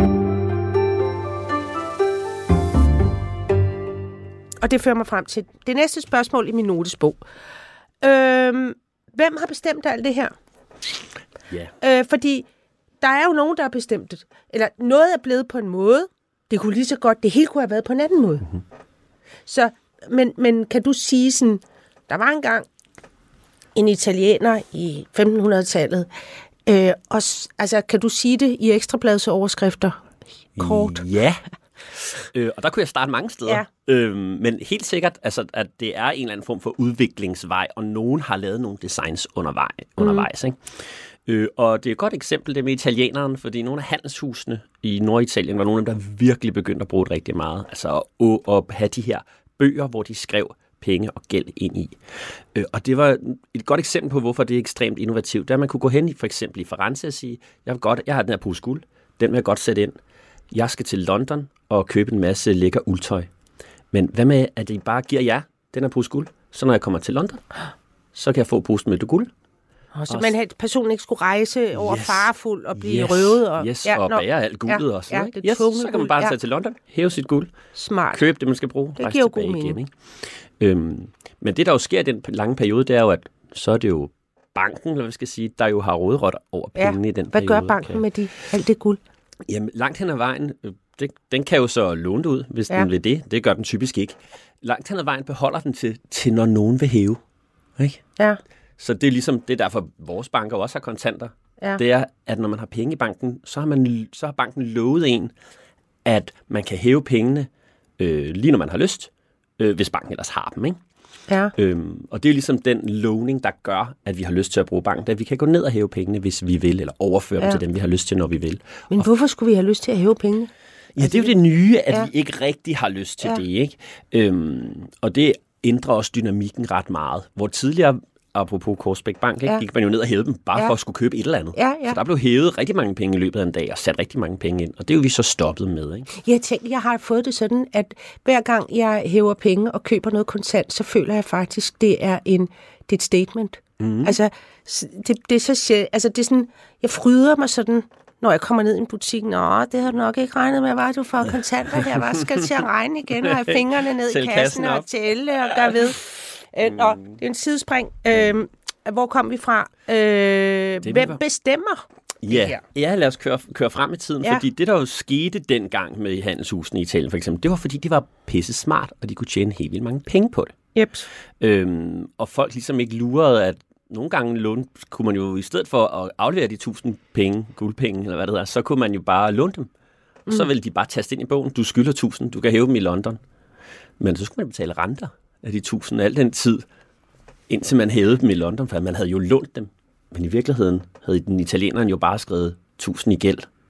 Og det fører mig frem til det næste spørgsmål i min notesbog. Hvem har bestemt alt det her? Ja. Fordi der er jo nogen, der har bestemt det. Eller noget er blevet på en måde. Det kunne lige så godt, det hele kunne have været på en anden måde. Mm-hmm. Så, men kan du sige sådan, der var engang en italiener i 1500-tallet, altså kan du sige det i Ekstrabladets overskrifter? Kort. Ja. Og der kunne jeg starte mange steder. Ja. Men helt sikkert, altså, at det er en eller anden form for udviklingsvej, og nogen har lavet nogle designs undervejs. Ikke? Og det er et godt eksempel, det med italieneren, fordi nogle af handelshusene i Norditalien var nogle af dem, der virkelig begyndte at bruge det rigtig meget. Altså at have de her bøger, hvor de skrev penge og gæld ind i. Og det var et godt eksempel på, hvorfor det er ekstremt innovativt. Der man kunne gå hen i, for eksempel i Firenze og sige, jeg har den her pose guld, den vil jeg godt sætte ind. Jeg skal til London og købe en masse lækker uldtøj. Men hvad med, at I bare giver jer den her pose guld, så når jeg kommer til London, så kan jeg få posen med det guld. Så personen ikke skulle rejse over farefuld og blive røvet. Og bære alt guldet også. Ja, så kan man bare tage til London, hæve sit guld, købe det, man skal bruge, det giver jo god mening. Men det, der jo sker i den lange periode, det er jo, at så er det jo banken, eller hvad skal jeg sige, der jo har råderet over pengene i den hvad periode. Hvad gør banken med alt det guld? Jamen, langt hen ad vejen, den kan jo så låne det ud, hvis den vil det. Det gør den typisk ikke. Langt hen ad vejen beholder den til når nogen vil hæve. Ikke? Ja. Så det er ligesom, det er derfor, vores banker også har kontanter. Ja. Det er, at når man har penge i banken, så har banken lovet en, at man kan hæve pengene, lige når man har lyst, hvis banken ellers har dem. Ikke? Ja. Og det er ligesom den lovning, der gør, at vi har lyst til at bruge banken. At vi kan gå ned og hæve pengene, hvis vi vil, eller overføre dem til dem, vi har lyst til, når vi vil. Men hvorfor skulle vi have lyst til at hæve pengene? Ja, det er jo det nye, at vi ikke rigtig har lyst til det. Ikke? Og det ændrer også dynamikken ret meget. Hvor tidligere, apropos Korsbæk Bank, gik man jo ned og hævede dem, bare for at skulle købe et eller andet. Ja. Så der blev hævet rigtig mange penge i løbet af en dag, og sat rigtig mange penge ind. Og det er jo vi så stoppet med. Ikke? Jeg har fået det sådan, at hver gang jeg hæver penge og køber noget kontant, så føler jeg faktisk, det er et statement. Mm. Altså, det er så altså, det er sådan, jeg fryder mig sådan, når jeg kommer ned i en butik. Nå, det har du nok ikke regnet med, var du får kontanter her, var skal til at regne igen, og have fingrene ned i kassen og tælle og gøre ved. Og det er en sidespring. Hvor kom vi fra? Hvem bestemmer det her? Ja, lad os køre frem i tiden, fordi det, der jo skete dengang med handelshusene i Italien for eksempel, det var fordi, de var pisse smart, og de kunne tjene helt vildt mange penge på det. Yep. Og folk ligesom ikke lurede, at nogle gange kunne man jo i stedet for at aflevere de 1000 penge, guldpenge, eller hvad det hedder, så kunne man jo bare låne dem. Så ville de bare taste ind i bogen, du skylder 1000, du kan hæve dem i London. Men så skulle man betale renter af de 1000 al den tid, indtil man hævede dem i London, for man havde jo lånt dem. Men i virkeligheden havde den italieneren jo bare skrevet 1000 i gæld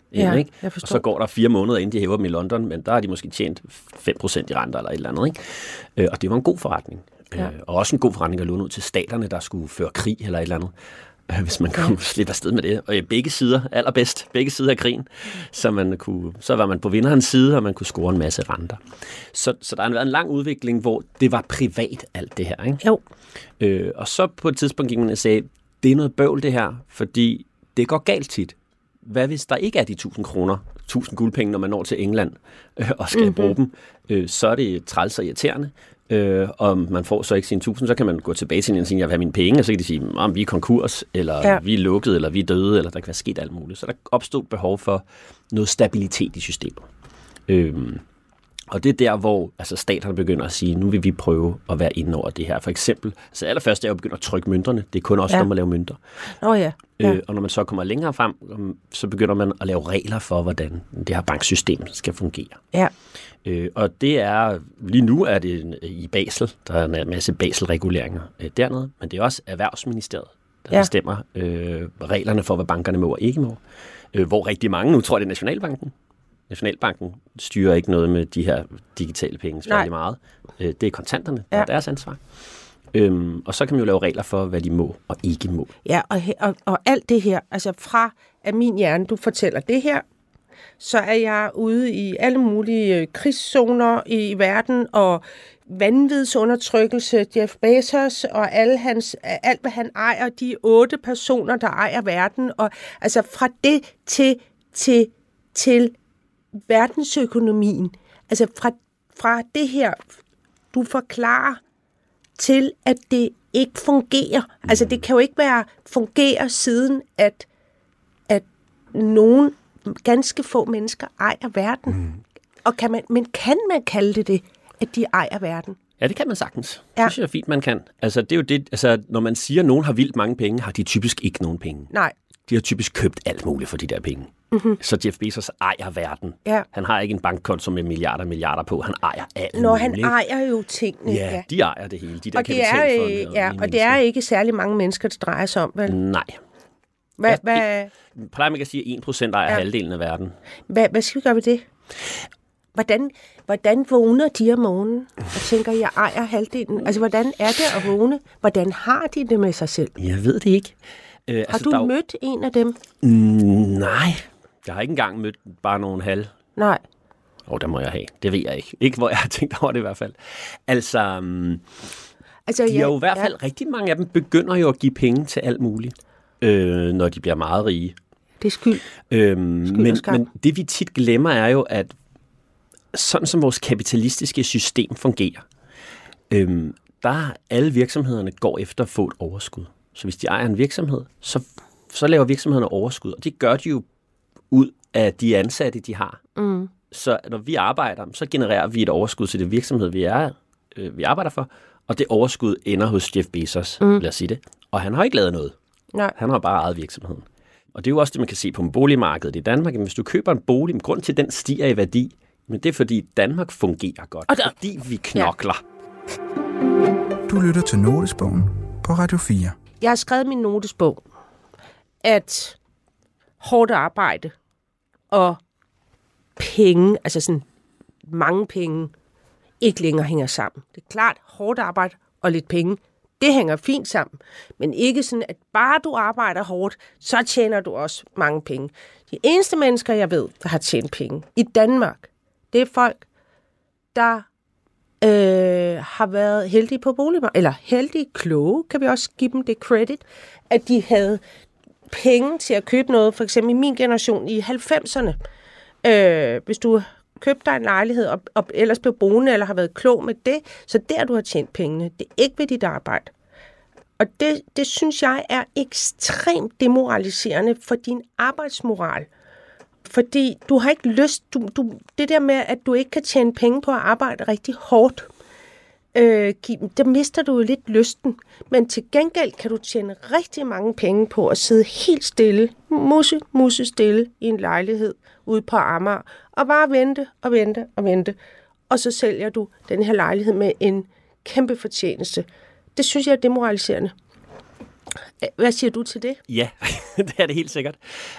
Ja, ikke? jeg forstår. Og så går der 4 måneder, inden de hæver dem i London, men der har de måske tjent 5% i renter eller et eller andet. Ikke? Og det var en god forretning. Ja. Og også en god forretning at låne ud til staterne, der skulle føre krig eller et eller andet. Hvis man kunne slippe afsted med det. Og begge sider, allerbedst, begge sider af krigen, så var man på vinderens side, og man kunne score en masse renter. Så der har været en lang udvikling, hvor det var privat, alt det her. Ikke? Jo. Og så på et tidspunkt gik man og sagde, det er noget bøvl det her, fordi det går galt tit. Hvad hvis der ikke er de 1.000 kroner, 1.000 guldpenge, når man når til England og skal bruge dem? Så er det træls og irriterende. Og man får så ikke sine 1.000, så kan man gå tilbage til en og sige, jeg vil have mine penge, og så kan de sige, vi er konkurs, eller vi er lukket, eller vi er døde, eller der kan være sket alt muligt. Så der opstod behov for noget stabilitet i systemet. Og det er der, hvor staterne begynder at sige, nu vil vi prøve at være inde over det her. For eksempel, så allerførst er jeg jo begyndt at trykke mønterne. Det er kun også, når man laver mønter. Og når man så kommer længere frem, så begynder man at lave regler for, hvordan det her banksystem skal fungere. Ja. Og det er, lige nu er det i Basel, der er en masse Basel-reguleringer dernede, men det er også Erhvervsministeriet, der bestemmer reglerne for, hvad bankerne må og ikke må. Hvor rigtig mange, nu tror jeg det er Nationalbanken. Nationalbanken styrer ikke noget med de her digitale penge særlig meget. Det er kontanterne, der er deres ansvar. Og så kan man jo lave regler for, hvad de må og ikke må. Ja, og alt det her, altså fra at min hjerne, du fortæller det her, så er jeg ude i alle mulige krigszoner i verden, og vanvidsundertrykkelse, Jeff Bezos og alt hvad han ejer, de 8 personer, der ejer verden, og altså fra det til verdensøkonomien, altså fra det her, du forklarer, til at det ikke fungerer. Altså det kan jo ikke fungere siden, at nogen ganske få mennesker ejer verden. Og kan man kalde det, at de ejer verden? Ja, det kan man sagtens. Det synes jeg er fint, man kan. Altså det er jo det, når man siger, at nogen har vildt mange penge, har de typisk ikke nogen penge. Nej. De har typisk købt alt muligt for de der penge. Så Jeff Bezos ejer verden. Ja. Han har ikke en bankkonto med milliarder på. Han ejer alt muligt. Når han ejer jo tingene. Ja, de ejer det hele. De der kapitalfonde. Og det er ikke særlig mange mennesker, der drejer sig om, vel? Nej. Hvad plejer man at sige, at 1% ejer halvdelen af verden. Hvad skal vi gøre ved det? Hvordan vågner de om morgenen og tænker, jeg ejer halvdelen? Altså, hvordan er det at vågne? Hvordan har de det med sig selv? Jeg ved det ikke. Har du mødt en af dem? Nej. Jeg har ikke engang mødt bare nogen halv. Nej. Der må jeg have. Det ved jeg ikke. Ikke hvor jeg har tænkt over det i hvert fald. Altså de er jo i hvert fald, rigtig mange af dem begynder jo at give penge til alt muligt, når de bliver meget rige. Det er skyld. Men det vi tit glemmer er jo, at sådan som vores kapitalistiske system fungerer, der alle virksomhederne går efter at få et overskud. Så hvis de ejer en virksomhed, så laver virksomhederne overskud, og det gør de jo ud af de ansatte, de har. Så når vi arbejder, så genererer vi et overskud til det virksomhed, vi arbejder for, og det overskud ender hos Jeff Bezos, lad os sige det. Og han har ikke lavet noget. Nej. Han har bare ejet virksomheden. Og det er jo også det, man kan se på boligmarkedet i Danmark. Hvis du køber en bolig, grund til, at den stiger i værdi, men det er fordi Danmark fungerer godt, fordi vi knokler. Ja. Du lytter til Notesbogen på Radio 4. Jeg har skrevet min notesbog, at hårdt arbejde og penge, altså sådan mange penge, ikke længere hænger sammen. Det er klart, hårdt arbejde og lidt penge, det hænger fint sammen. Men ikke sådan, at bare du arbejder hårdt, så tjener du også mange penge. De eneste mennesker, jeg ved, der har tjent penge i Danmark, det er folk, der har været heldige på boligmarkedet, eller heldige, kloge, kan vi også give dem det credit, at de havde penge til at købe noget, for eksempel i min generation i 90'erne. Hvis du købte dig en lejlighed, og ellers blev boende, eller har været klog med det, så der du har tjent pengene, det er ikke ved dit arbejde. Og det synes jeg er ekstremt demoraliserende for din arbejdsmoral. Fordi du har ikke lyst, det der med, at du ikke kan tjene penge på at arbejde rigtig hårdt, der mister du jo lidt lysten. Men til gengæld kan du tjene rigtig mange penge på at sidde helt stille, musse stille i en lejlighed ude på Amager, og bare vente. Og så sælger du den her lejlighed med en kæmpe fortjeneste. Det synes jeg er demoraliserende. Hvad siger du til det? Ja, det er det helt sikkert.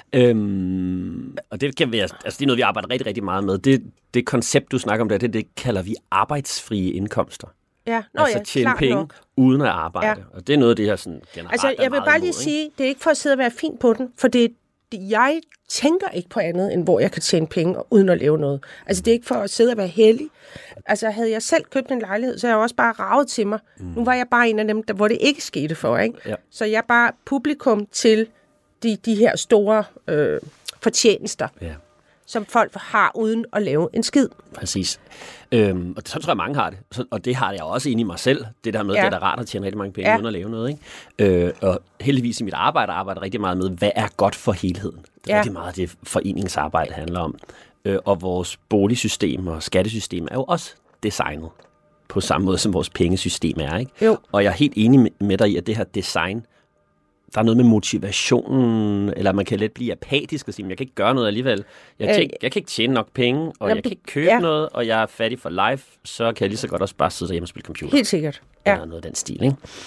Og det kan vi, altså det er noget, vi arbejder rigtig, rigtig meget med. Det koncept, du snakker om der, det kalder vi arbejdsfrie indkomster. Ja, tjene penge nok. Uden at arbejde. Ja. Og det er noget af det her sådan generelt. Altså, jeg vil bare lige sige, det er ikke for at sidde og være fint på den, for jeg tænker ikke på andet, end hvor jeg kan tjene penge uden at lave noget. Altså, det er ikke for at sidde og være heldig. Altså, havde jeg selv købt en lejlighed, så havde jeg også bare raget til mig. Nu var jeg bare en af dem, hvor det ikke skete for, ikke? Ja. Så jeg er bare publikum til de her store fortjenester, som folk har uden at lave en skid. Præcis. Og så tror jeg, mange har det. Og det har jeg også inde i mig selv. Det der med, det er da rart at tjene rigtig mange penge uden at lave noget. Ikke? Og heldigvis i mit arbejder rigtig meget med, hvad er godt for helheden. Det er rigtig meget det, foreningsarbejde handler om. Og vores boligsystem og skattesystem er jo også designet på samme måde, som vores pengesystem er. Ikke? Jo. Og jeg er helt enig med dig i, at det her design, der er noget med motivationen, eller man kan let blive apatisk og sige, jeg kan ikke gøre noget alligevel. Jeg kan ikke tjene nok penge, og jeg kan ikke købe noget, og jeg er fattig for life, så kan jeg lige så godt også bare sidde derhjemme og spille computer. Helt sikkert. Ja. Eller noget af den stil,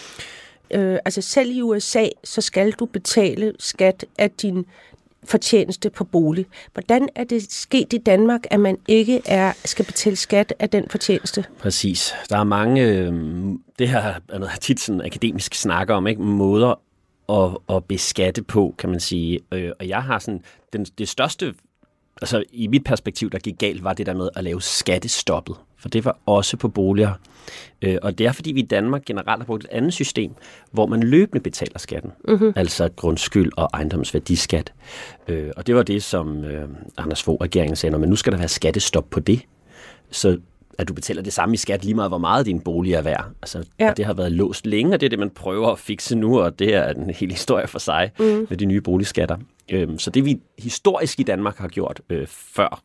ikke? Altså selv i USA, så skal du betale skat af din fortjeneste på bolig. Hvordan er det sket i Danmark, at man ikke skal betale skat af den fortjeneste? Præcis. Der er mange, det her er noget tit sådan akademisk snakker om, ikke? Måder at beskatte på, kan man sige. Og jeg har sådan, det største, altså i mit perspektiv, der gik galt, var det der med at lave skattestoppet. For det var også på boliger. Og det er, fordi vi i Danmark generelt har brugt et andet system, hvor man løbende betaler skatten. Altså grundskyld og ejendomsværdiskat. Og det var det, som Anders Fogh-regeringen sagde, men nu skal der være skattestop på det. Så at du betaler det samme i skat lige meget, hvor meget din bolig er værd. Altså, og det har været låst længe, og det er det, man prøver at fikse nu, og det er en hel historie for sig med de nye boligskatter. Så det, vi historisk i Danmark har gjort før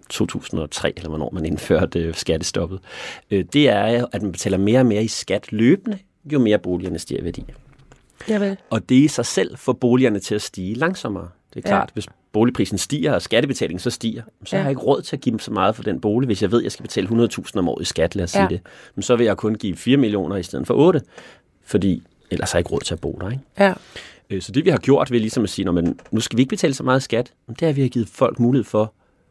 2003, eller hvornår man indførte skattestoppet, det er, at man betaler mere og mere i skat løbende, jo mere boligerne stiger i værdi. Javel. Og det i sig selv får boligerne til at stige langsommere. Det er klart, hvis boligprisen stiger, og skattebetalingen så stiger, så har jeg ikke råd til at give dem så meget for den bolig, hvis jeg ved, at jeg skal betale 100.000 om året i skat, lad os sige det. Men så vil jeg kun give 4 millioner i stedet for 8, fordi ellers har jeg ikke råd til at bo der. Ikke? Ja. Så det vi har gjort ved ligesom at sige, nu skal vi ikke betale så meget skat, det er, at vi har givet folk mulighed for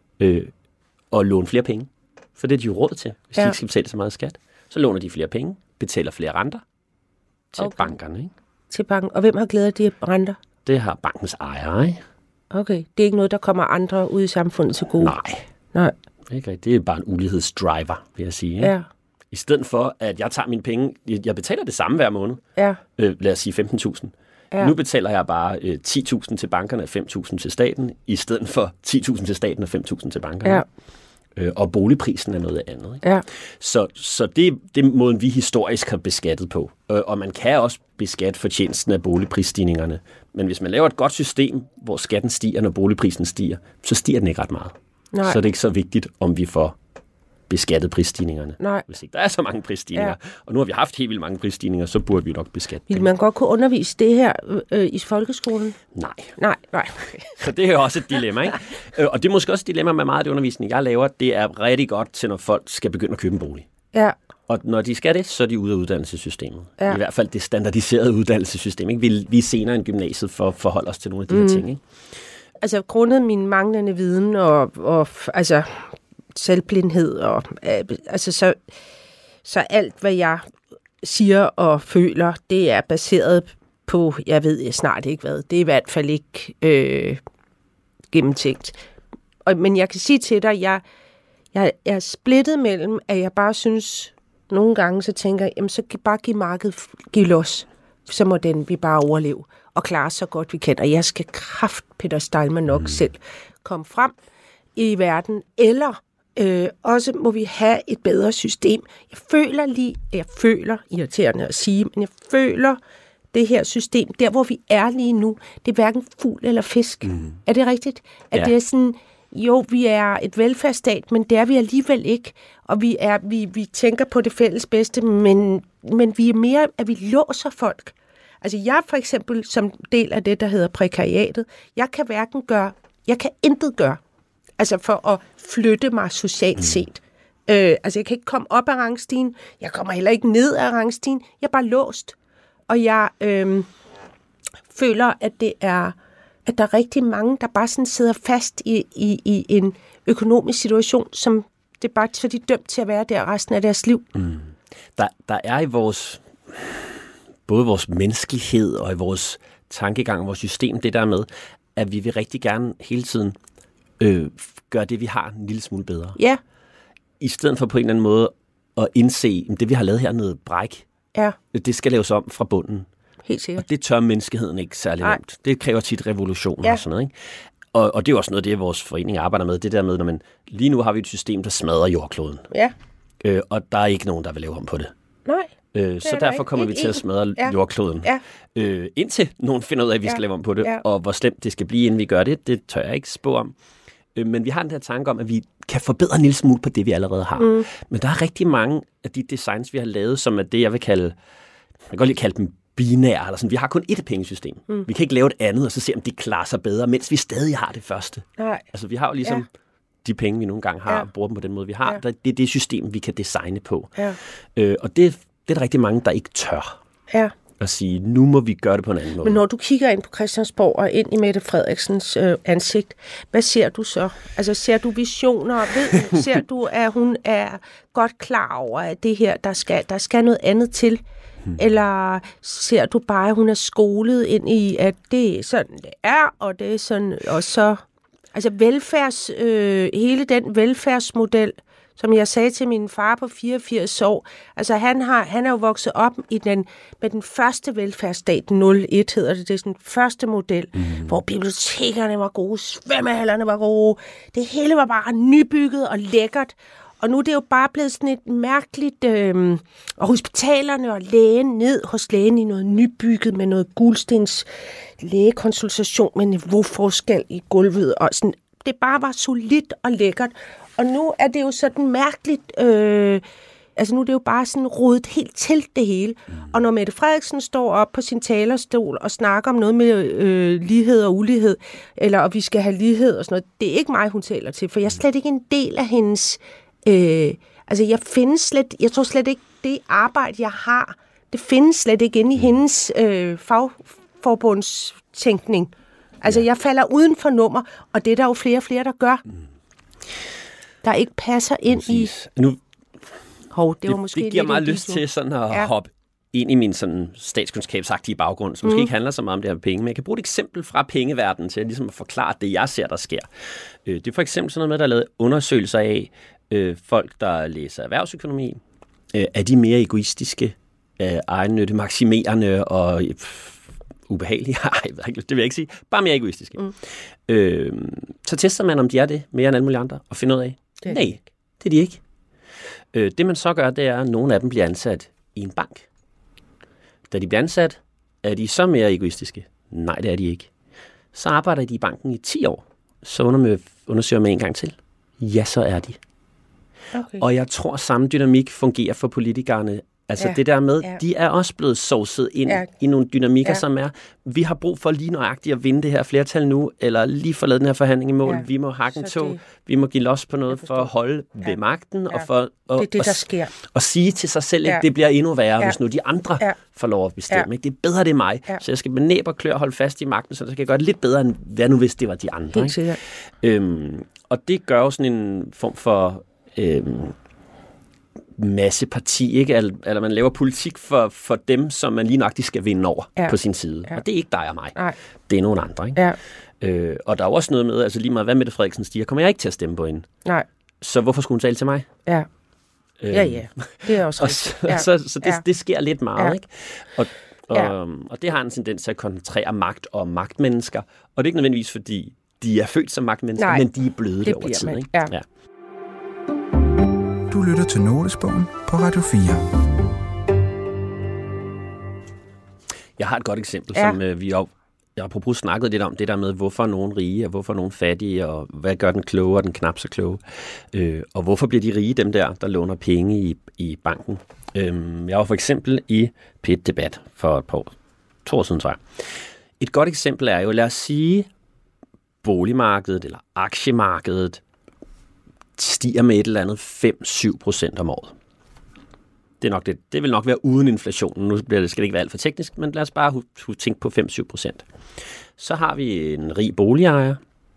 at låne flere penge. For det er de jo råd til, hvis de ikke skal betale så meget skat. Så låner de flere penge, betaler flere renter til bankerne. Ikke? Til banken. Og hvem har glædet af de renter? Det har bankens ejere, ikke? Okay, det er ikke noget, der kommer andre ud i samfundet til gode? Nej. Ikke? Det er bare en ulighedsdriver, vil jeg sige. Ikke? Ja. I stedet for, at jeg tager mine penge, jeg betaler det samme hver måned. Ja. Lad os sige 15.000. Ja. Nu betaler jeg bare 10.000 til bankerne og 5.000 til staten, i stedet for 10.000 til staten og 5.000 til bankerne. Ja. Og boligprisen er noget andet. Ikke? Ja. Så det er måden, vi historisk har beskattet på. Og man kan også beskatte fortjenesten af boligprisstigningerne. Men hvis man laver et godt system, hvor skatten stiger, når boligprisen stiger, så stiger den ikke ret meget. Nej. Så er det ikke så vigtigt, om vi får beskattet prisstigningerne. Nej. Hvis ikke der er så mange prisstigninger. Ja. Og nu har vi haft helt vildt mange prisstigninger, så burde vi nok beskatte dem. Vil man godt kunne undervise det her i folkeskolen? Nej. Så det er jo også et dilemma, ikke? Og det er måske også et dilemma med meget af det undervisning, jeg laver. Det er rigtig godt til, når folk skal begynde at købe en bolig. Ja. Og når de skal det, så er de ude af uddannelsessystemet. Ja. I hvert fald det standardiserede uddannelsessystem. Ikke? Vi er senere end gymnasiet for at forholde os til nogle af de her ting. Ikke? Altså grundet min manglende viden og altså selvblindhed og altså så alt hvad jeg siger og føler, det er baseret på, jeg ved snart ikke hvad. Det er i hvert fald ikke gennemtænkt. Men jeg kan sige til dig, jeg er splittet mellem, at jeg bare synes, nogle gange så tænker jeg, jamen så bare give markedet, give los. Så må vi bare overleve og klare så godt vi kan. Og jeg skal Peter Steilmann nok selv komme frem i verden. Eller også må vi have et bedre system. Jeg føler, irriterende at sige, men jeg føler det her system, der hvor vi er lige nu, det er hverken fugl eller fisk. Er det rigtigt? At det er sådan, jo, vi er et velfærdsstat, men det er vi alligevel ikke. Og vi tænker på det fælles bedste, men vi er mere, at vi låser folk. Altså jeg for eksempel, som del af det, der hedder prekariatet, jeg kan intet gøre. Altså for at flytte mig socialt set. Altså jeg kan ikke komme op ad rangstigen, jeg kommer heller ikke ned ad rangstigen, jeg er bare låst. Og jeg føler, at der er rigtig mange, der bare sådan sidder fast i en økonomisk situation, som det er bare så de er dømt til at være der resten af deres liv. Der er i både vores menneskelighed og i vores tankegang og vores system, det der med, at vi vil rigtig gerne hele tiden gøre det, vi har, en lille smule bedre. Ja. I stedet for på en eller anden måde at indse, at det, vi har lavet her nede bræk, det skal laves om fra bunden. Helt sikkert. Og det tør menneskeheden ikke særlig nemt. Det kræver tit revolutioner og sådan noget, ikke? Og det er også noget af det, vores forening arbejder med. Det der med, når lige nu har vi et system, der smadrer jordkloden. Ja. Og der er ikke nogen, der vil lave om på det. Nej. Så derfor kommer vi til at smadre jordkloden. Ja. Indtil nogen finder ud af, at vi skal lave om på det. Ja. Og hvor slemt det skal blive, inden vi gør det, det tør jeg ikke spå om. Men vi har den her tanke om, at vi kan forbedre en lille smule på det, vi allerede har. Men der er rigtig mange af de designs, vi har lavet, som er det, jeg vil kalde, jeg kan godt lige kalde dem binære. Eller sådan. Vi har kun ét pengesystem. Vi kan ikke lave et andet, og så se, om det klarer sig bedre, mens vi stadig har det første. Nej. Altså, vi har jo ligesom de penge, vi nogle gange har, og bruger dem på den måde, vi har. Det er det system, vi kan designe på. Ja. Og det er der rigtig mange, der ikke tør at sige, nu må vi gøre det på en anden måde. Men når du kigger ind på Christiansborg og ind i Mette Frederiksens ansigt, hvad ser du så? Altså, ser du visioner? Ser du, at hun er godt klar over, at det her, der skal noget andet til? Eller ser du bare, at hun er skolet ind i, at det er sådan, det er, og det er sådan, og så... Altså hele den velfærdsmodel, som jeg sagde til min far på 84 år, altså han er jo vokset op med den første velfærdsstat, 01 hedder det, det er sådan den første model, hvor bibliotekerne var gode, svømmehallerne var gode, det hele var bare nybygget og lækkert. Og nu er det jo bare blevet sådan et mærkeligt, og hospitalerne og lægen ned hos lægen i noget nybygget med noget gulstens lægekonsultation med niveauforskel i gulvet. Og sådan, det bare var solidt og lækkert. Og nu er det jo sådan mærkeligt, altså nu er det jo bare sådan rodet helt til det hele. Og når Mette Frederiksen står op på sin talerstol og snakker om noget med lighed og ulighed, eller at vi skal have lighed og sådan noget, det er ikke mig, hun taler til, for jeg er slet ikke en del af hendes... altså jeg tror slet ikke, det arbejde, jeg har, det findes slet ikke inde i hendes fagforbundstænkning. Altså jeg falder uden for nummer, og det er der jo flere og flere, der gør. Der ikke passer ind præcis. I... Nu, det var måske det giver mig lyst til sådan at hoppe ind i min sådan statskundskabsagtige baggrund, som måske ikke handler så meget om det her penge, men jeg kan bruge et eksempel fra pengeverdenen til ligesom at forklare det, jeg ser, der sker. Det er for eksempel sådan noget med, der er lavet undersøgelser af folk, der læser erhvervsøkonomi. Er de mere egoistiske, egennytte, maksimerende og ubehagelige? Nej, det vil jeg ikke sige. Bare mere egoistiske. Så tester man, om de er det mere end alle mulige andre, og finder ud af, nej, det er de ikke. Det man så gør, det er, at nogle af dem bliver ansat i en bank. Da de bliver ansat, er de så mere egoistiske? Nej, det er de ikke. Så arbejder de i banken i 10 år. Så undersøger man en gang til. Ja, så er de. Okay. Og jeg tror, samme dynamik fungerer for politikerne. Altså det der med, de er også blevet sovset ind i nogle dynamikker, som er, vi har brug for lige nøjagtigt at vinde det her flertal nu, eller lige få lavet den her forhandling i mål. Vi må hakke en tog, vi må give los på noget for at holde ved magten, og for det der sker. Og sige til sig selv, at det bliver endnu værre, hvis nu de andre får lov at bestemme. Ikke? Det er bedre, det er mig, så jeg skal med næb og klør holde fast i magten, så det skal gøre det lidt bedre, end hvad nu hvis det var de andre. Ikke? Og det gør jo sådan en form for... masse parti, ikke? Eller man laver politik for dem, som man lige nok skal vinde over på sin side. Og det er ikke dig og mig. Nej. Det er nogen andre, ikke? Og der er også noget med, altså lige meget hvad Mette Frederiksen siger, kommer jeg ikke til at stemme på hende. Nej. Så hvorfor skulle hun tale til mig? Ja. Det er også rigtigt. Så det sker lidt meget, ikke? Og det har en tendens til at koncentrere magt og magtmennesker. Og det er ikke nødvendigvis, fordi de er født som magtmennesker, men de er blevet det over tid, ikke? Ja. Du lytter til Notesbogen på Radio 4. Jeg har et godt eksempel, som vi apropos snakket lidt om, det der med, hvorfor er nogen rige, og hvorfor er nogen fattige, og hvad gør den kloge og den knap så kloge. Og hvorfor bliver de rige, dem der låner penge i banken. Jeg var for eksempel i P1-debat for et par år, 2 år siden, tror jeg. Et godt eksempel er jo, lad os sige, boligmarkedet eller aktiemarkedet stiger med et eller andet 5-7% om året. Det er nok det. Det vil nok være uden inflationen. Nu skal det ikke være alt for teknisk, men lad os bare tænke på 5-7%. Så har vi en rig boligejer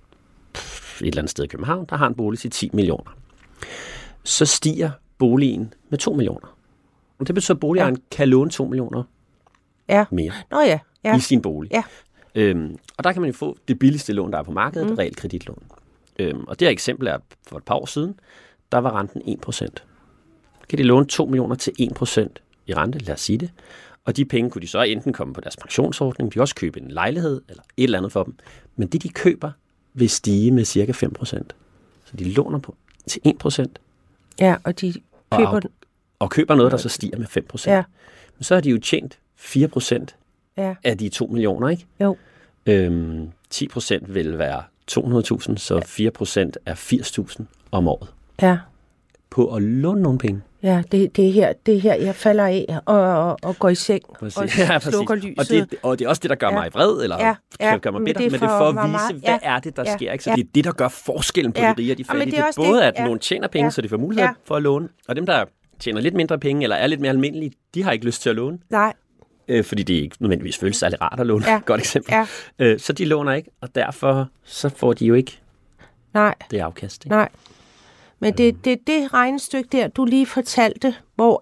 et eller andet sted i København, der har en bolig til 10 millioner. Så stiger boligen med 2 millioner. Og det betyder, at boligejeren kan låne 2 millioner mere i sin bolig. Ja. Og der kan man jo få det billigste lån, der er på markedet, realkreditlån. Og det her eksempel er for et par år siden, der var renten 1%. Kan de låne 2 millioner til 1% i rente, lad os sige det. Og de penge kunne de så enten komme på deres pensionsordning, de kan også købe en lejlighed eller et eller andet for dem. Men det, de køber, vil stige med cirka 5%. Så de låner på til 1%. Ja, og de køber... Og køber noget, der så stiger med 5%. Ja. Men så har de jo tjent 4% af de 2 millioner, ikke? Jo. 10% vil være 200.000, så 4% er 80.000 om året. Ja. På at låne nogle penge. Ja, det er her, jeg falder af og går i seng og slukker lyset. Og det er også det, der gør mig vred, eller gør mig bitter, men det er for at vise, hvad er det, der sker. Ikke? Så det er det, der gør forskellen på de rige og de fattige. Det er både, at nogen tjener penge, så de får mulighed for at låne, og dem, der tjener lidt mindre penge, eller er lidt mere almindelige, de har ikke lyst til at låne. Nej. Fordi det ikke nødvendigvis føles særlig rart at låne. Godt eksempel. Ja. Så de låner ikke, og derfor så får de jo ikke det afkast. Ikke? Nej. Men det regnestykke der, du lige fortalte, hvor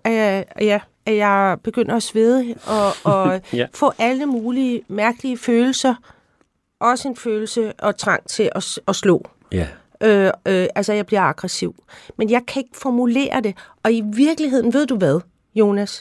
jeg begynder at svede og få alle mulige mærkelige følelser. Også en følelse og trang til at slå. Ja. Altså, jeg bliver aggressiv. Men jeg kan ikke formulere det. Og i virkeligheden, ved du hvad, Jonas?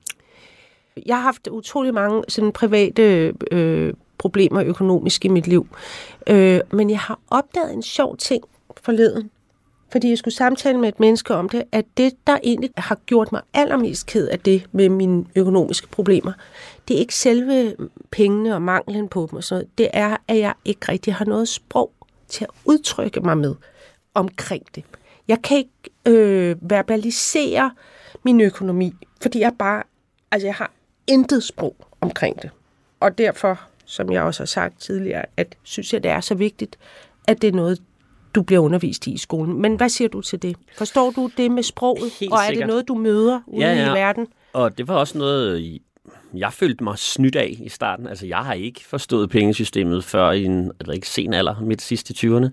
Jeg har haft utrolig mange sådan private problemer økonomisk i mit liv. Men jeg har opdaget en sjov ting forleden. Fordi jeg skulle samtale med et menneske om det, at det, der egentlig har gjort mig allermest ked af det med mine økonomiske problemer, det er ikke selve pengene og manglen på dem og sådan noget. Det er, at jeg ikke rigtig har noget sprog til at udtrykke mig med omkring det. Jeg kan ikke verbalisere min økonomi, fordi jeg har intet sprog omkring det. Og derfor, som jeg også har sagt tidligere, at synes jeg, det er så vigtigt, at det er noget, du bliver undervist i skolen. Men hvad siger du til det? Forstår du det med sproget? Helt og er sikkert. Det noget, du møder ude i verden? Og det var også noget, jeg følte mig snydt af i starten. Altså, jeg har ikke forstået pengesystemet før i en sen alder, midt sidste 20'erne.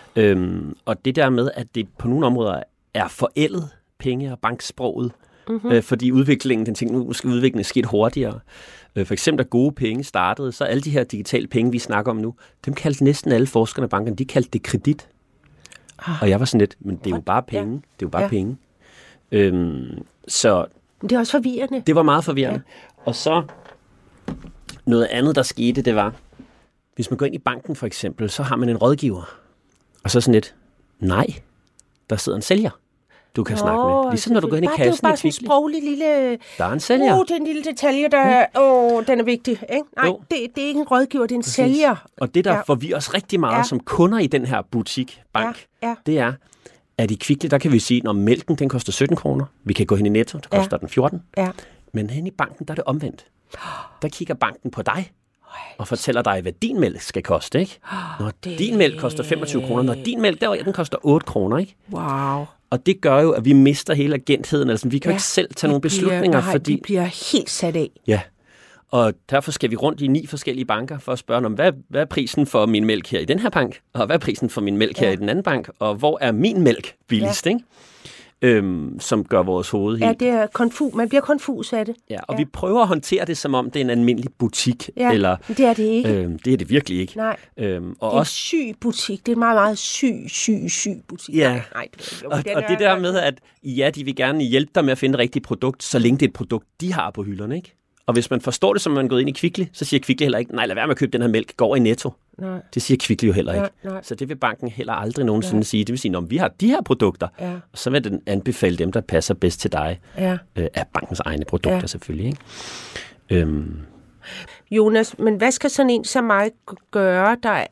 Og det der med, at det på nogle områder er forældet penge- og banksproget, fordi nu skal udviklingen ske hurtigere. For eksempel, da gode penge startede, så alle de her digitale penge, vi snakker om nu, dem kaldte næsten alle forskerne og bankerne, de kaldte det kredit. Og jeg var sådan lidt, men det er jo bare penge. Det er jo bare penge. Så det er også forvirrende. Det var meget forvirrende. Ja. Og så noget andet, der skete, det var, hvis man går ind i banken for eksempel, så har man en rådgiver. Og så sådan lidt, nej, der sidder en sælger, du kan snakke med. Ligesom når du går ind i kassen. Det er jo bare sådan en sproglig lille... Der er en sælger. det er en lille detalje, der... den er vigtig, ikke? Nej, det er ikke en rådgiver, det er en sælger. Og det, der forvirrer os rigtig meget som kunder i den her butik-bank, det er, at i Kvickly, der kan vi sige, når mælken, den koster 17 kroner. Vi kan gå hen i Netto, der koster den 14. Ja. Men hen i banken, der er det omvendt. Der kigger banken på dig og fortæller dig, hvad din mælk skal koste, ikke? Når din mælk koster 25 kroner, når din mælk, den koster 8 kroner, ikke? Wow. Og det gør jo, at vi mister hele agentheden. Altså, vi kan jo ikke selv tage nogle beslutninger, fordi... vi bliver helt sat af. Ja, og derfor skal vi rundt i 9 forskellige banker for at spørge om, hvad er prisen for min mælk her i den her bank, og hvad er prisen for min mælk her i den anden bank, og hvor er min mælk billigst, ikke? Som gør vores hoved helt... Ja, det er man bliver konfus af det. Ja, og vi prøver at håndtere det, som om det er en almindelig butik. Ja, eller, det er det ikke. Det er det virkelig ikke. Nej, og det er en syg butik. Det er en meget, meget syg butik. Ja, og det der med, at de vil gerne hjælpe dig med at finde det rigtige produkt, så længe det er et produkt, de har på hylderne, ikke? Og hvis man forstår det, som man er gået ind i Kvickly, så siger Kvickly heller ikke, nej, lad være med at købe den her mælk, gå over i Netto. Nej. Det siger Kvickly jo heller ikke. Nej. Så det vil banken heller aldrig nogensinde sige. Det vil sige, når vi har de her produkter, og så vil den anbefale dem, der passer bedst til dig, af bankens egne produkter selvfølgelig. Ikke? Jonas, men hvad skal sådan en som mig gøre, der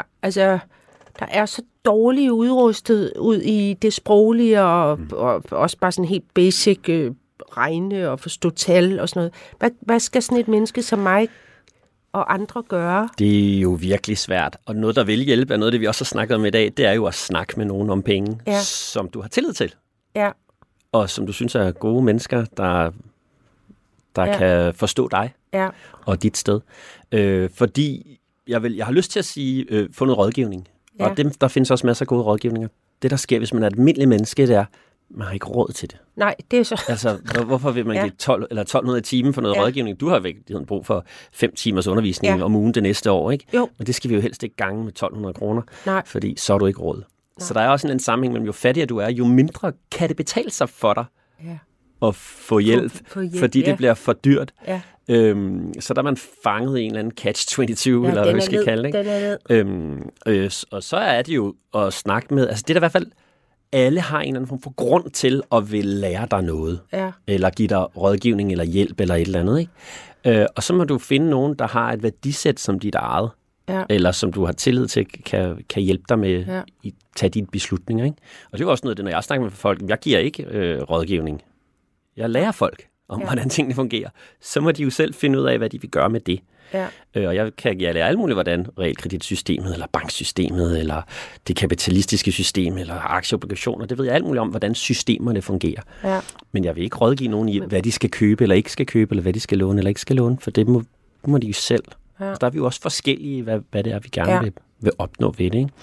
er så dårligt udrustet ud i det sproglige, og også bare sådan helt basic... regne og forstå tal og sådan noget. Hvad skal sådan et menneske som mig og andre gøre? Det er jo virkelig svært. Og noget, der vil hjælpe, er noget, det vi også har snakket om i dag, det er jo at snakke med nogen om penge, som du har tillid til. Ja. og som du synes er gode mennesker, der kan forstå dig og dit sted. Fordi jeg har lyst til at sige, få noget rådgivning. Ja. Og der findes også masser af gode rådgivninger. Det, der sker, hvis man er et almindeligt menneske, det er, man har ikke råd til det. Nej, det er så... Altså, hvorfor vil man give 12 eller 1200 i timen for noget rådgivning? Du har virkelig brug for 5 timers undervisning om ugen det næste år, ikke? Jo. Og det skal vi jo helst ikke gange med 1200 kroner, fordi så er du ikke råd. Nej. Så der er også en sammenhæng mellem, jo fattigere du er, jo mindre kan det betale sig for dig at få hjælp, fordi det bliver for dyrt. Ja. Så der er man fanget i en eller anden catch-22, eller hvad vi skal kalde det. Og så er det jo at snakke med, altså det er der i hvert fald, alle har en eller anden form for grund til at vil lære dig noget, eller give dig rådgivning eller hjælp eller et eller andet, ikke? Og så må du finde nogen, der har et værdisæt som dit eget, eller som du har tillid til, kan hjælpe dig med at tage dine beslutninger, ikke? Og det er jo også noget af det, når jeg snakker med folk, jeg giver ikke rådgivning. Jeg lærer folk om, hvordan tingene fungerer. Så må de jo selv finde ud af, hvad de vil gøre med det. Ja. Og jeg lærer alt muligt, hvordan realkreditsystemet, eller banksystemet, eller det kapitalistiske system, eller aktieobligationer, det ved jeg alt muligt om, hvordan systemerne fungerer. Ja. Men jeg vil ikke rådgive nogen i, hvad de skal købe, eller ikke skal købe, eller hvad de skal låne, eller ikke skal låne, for det må de jo selv. Ja. Så der er vi jo også forskellige, hvad det er, vi gerne vil opnå ved det, ikke?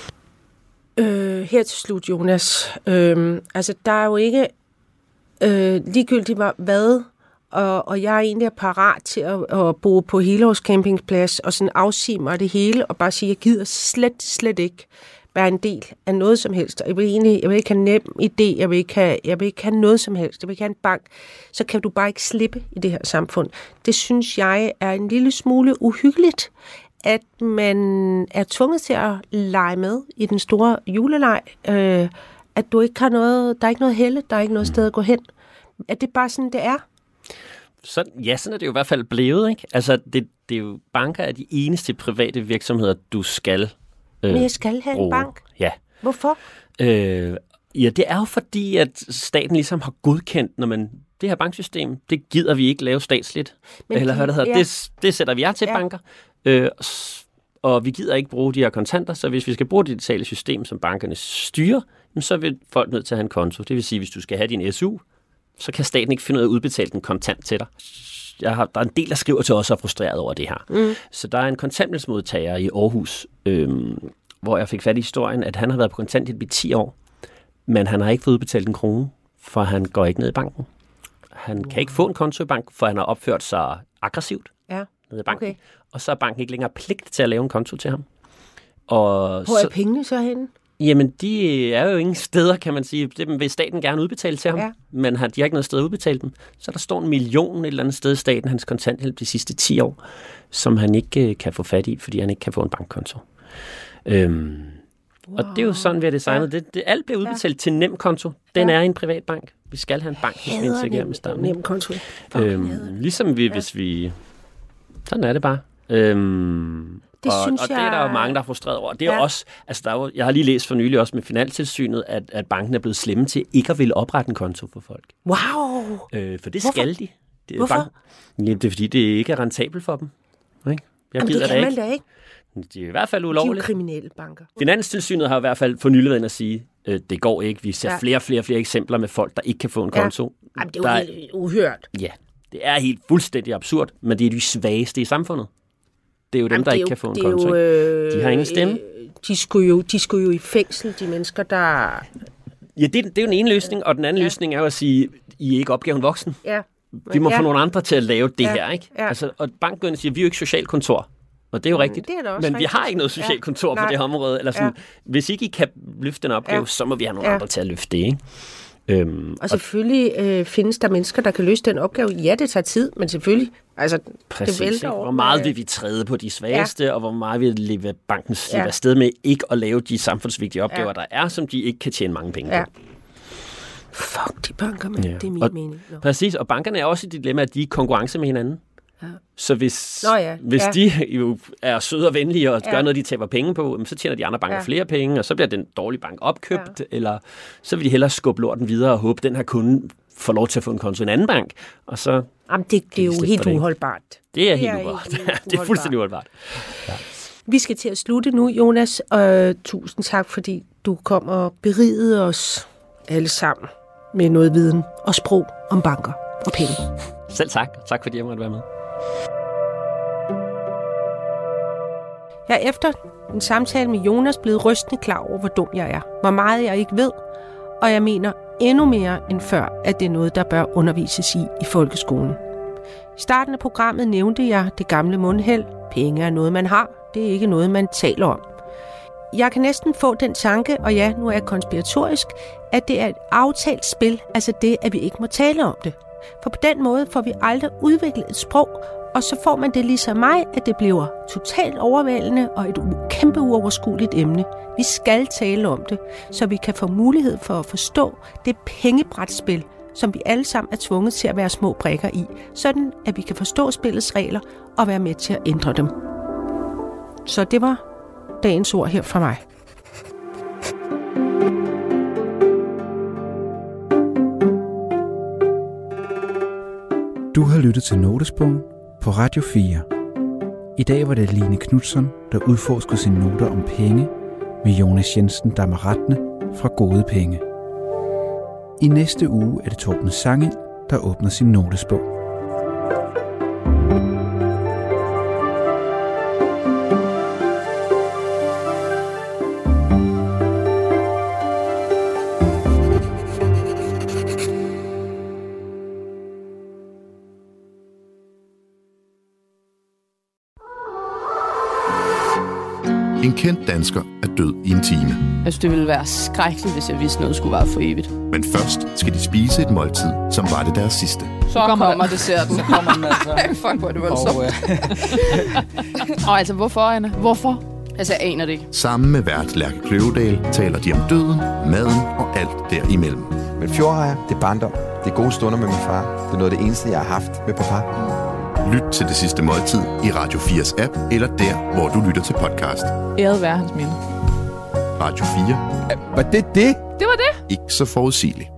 Her til slut, Jonas. Altså, der er jo ikke ligegyldigt hvad, og jeg er egentlig parat til at bo på helårscampingplads og sådan afsige mig det hele og bare sige, at jeg gider slet ikke være en del af noget som helst. Jeg vil ikke have nem idé, jeg vil ikke have noget som helst, jeg vil ikke have en bank. Så kan du bare ikke slippe i det her samfund. Det synes jeg er en lille smule uhyggeligt, at man er tvunget til at lege med i den store juleleg, at du ikke har noget, der er ikke noget helle, der er ikke noget sted at gå hen. Er det bare sådan, det er? Sådan er det jo i hvert fald blevet, ikke? Altså, det er jo, banker er de eneste private virksomheder, du skal Men jeg skal have en bank? Ja. Hvorfor? Ja, det er jo fordi, at staten ligesom har godkendt, når man, det her banksystem, det gider vi ikke lave statsligt. Men eller hvad det hedder, det sætter vi til banker. Og vi gider ikke bruge de her kontanter, så hvis vi skal bruge det digitale system, som bankerne styrer, så vil folk nødt til at have en konto. Det vil sige, hvis du skal have din SU, så kan staten ikke finde ud af at udbetale den kontant til dig. Der er en del, der skriver til os og er frustreret over det her. Så der er en kontanthjælpsmodtager i Aarhus, hvor jeg fik fat i historien, at han har været på kontanthjælp i 10 år, men han har ikke fået udbetalt en krone, for han går ikke ned i banken. Han kan ikke få en konto i banken, for han har opført sig aggressivt ned i banken. Okay. Og så er banken ikke længere pligt til at lave en konto til ham. Og hvor er pengene så henne? Jamen, de er jo ingen steder, kan man sige. Det vil staten gerne udbetale til ham, men de har ikke noget sted at udbetale dem. Så der står 1 million et eller andet sted i staten, hans kontanthjælp de sidste 10 år, som han ikke kan få fat i, fordi han ikke kan få en bankkonto. Og det er jo sådan, vi har designet. Alt bliver udbetalt til NemKonto. Den er en privat bank. Vi skal have en bank, hvis vi ikke med starten. NemKonto. Ligesom hvis vi... Sådan er det bare. Det synes og det er der jo mange, der er frustreret over. Det er også, altså jeg har lige læst for nylig også med Finanstilsynet, at banken er blevet slemme til ikke at ville oprette en konto for folk. Wow! For det skal de. Hvorfor? Det er fordi, det ikke er rentabelt for dem. Ikke? Jamen, det kan man da ikke. Det er i hvert fald ulovligt. De er jo kriminelle banker. Finanstilsynet har i hvert fald for nylig været at sige, det går ikke. Vi ser flere eksempler med folk, der ikke kan få en konto. Jamen, det er jo helt uhørt. Ja, det er helt fuldstændig absurd, men det er de svageste i samfundet. Det er jo dem, der ikke kan få en konto. De har ingen stemme. De skulle jo i fængsel, de mennesker, der... Ja, det er jo den ene løsning, og den anden løsning er jo at sige, I er ikke opgaven voksen. Ja. Vi må få nogle andre til at lave det her, ikke? Ja. Altså, og bankerne siger, vi er jo ikke socialkontor. Og det er jo rigtigt. Det er men vi har ikke noget socialkontor på det her område. Eller sådan, hvis ikke I kan løfte den opgave, så må vi have nogle andre til at løfte det, ikke? Og selvfølgelig findes der mennesker, der kan løse den opgave. Ja, det tager tid, men selvfølgelig. Altså, præcis, det vælter over. Hvor meget vil vi træde på de svageste, og hvor meget vil banken slippe afsted med ikke at lave de samfundsvigtige opgaver, der er, som de ikke kan tjene mange penge på. Fuck de banker, men det er min mening. Præcis, og bankerne er også i det dilemma, at de er i konkurrence med hinanden. Ja. Så hvis de jo er søde og venlige og gør noget, de taber penge på, så tjener de andre banker flere penge, og så bliver den dårlige bank opkøbt, eller så vil de hellere skubbe lorten videre og håbe, at den her kunde får lov til at få en konto i en anden bank. Og så jamen, det er jo helt uholdbart. Det er helt uholdbart. Det er fuldstændig uholdbart. Ja. Vi skal til at slutte nu, Jonas, og tusind tak, fordi du kom og berigede os alle sammen med noget viden og sprog om banker og penge. Selv tak. Tak fordi jeg måtte være med. Jeg er efter en samtale med Jonas blevet rystende klar over, hvor dum jeg er. Hvor meget jeg ikke ved. Og jeg mener endnu mere end før, at det er noget, der bør undervises i folkeskolen. I starten af programmet nævnte jeg det gamle mundheld. Penge er noget, man har. Det er ikke noget, man taler om. Jeg kan næsten få den tanke, og ja, nu er jeg konspiratorisk, at det er et aftalt spil, altså det, at vi ikke må tale om det. For på den måde får vi aldrig udviklet et sprog, og så får man det ligesom mig, at det bliver totalt overvældende og et kæmpe uoverskueligt emne. Vi skal tale om det, så vi kan få mulighed for at forstå det pengebrætspil, som vi alle sammen er tvunget til at være små brikker i, sådan at vi kan forstå spillets regler og være med til at ændre dem. Så det var dagens ord her fra mig. Du har lyttet til Notesbogen på Radio 4. I dag var det Line Knutzon, der udforskede sine noter om penge med Jonas Jensen Dammeratne fra Gode Penge. I næste uge er det Torben Sange, der åbner sin notesbog. En kendt dansker er død i en time. Jeg synes, det ville være skrækkeligt, hvis jeg vidste, noget skulle være for evigt. Men først skal de spise et måltid, som var det deres sidste. Så kommer desserten. Så kommer den altså. Fuck, hvor er det voldsomt. Og altså, hvorfor, Anna? Hvorfor? Altså, jeg aner det ikke. Sammen med vært Lærke Kløvedal taler de om døden, maden og alt derimellem. Men fjordrejer, det er barndom. Det er gode stunder med min far. Det er noget af det eneste, jeg har haft med papa. Lyt til Det Sidste Måltid i Radio 4's app, eller der, hvor du lytter til podcast. Æret være hans minde. Radio 4. Var det? Det var det. Ikke så forudsigeligt.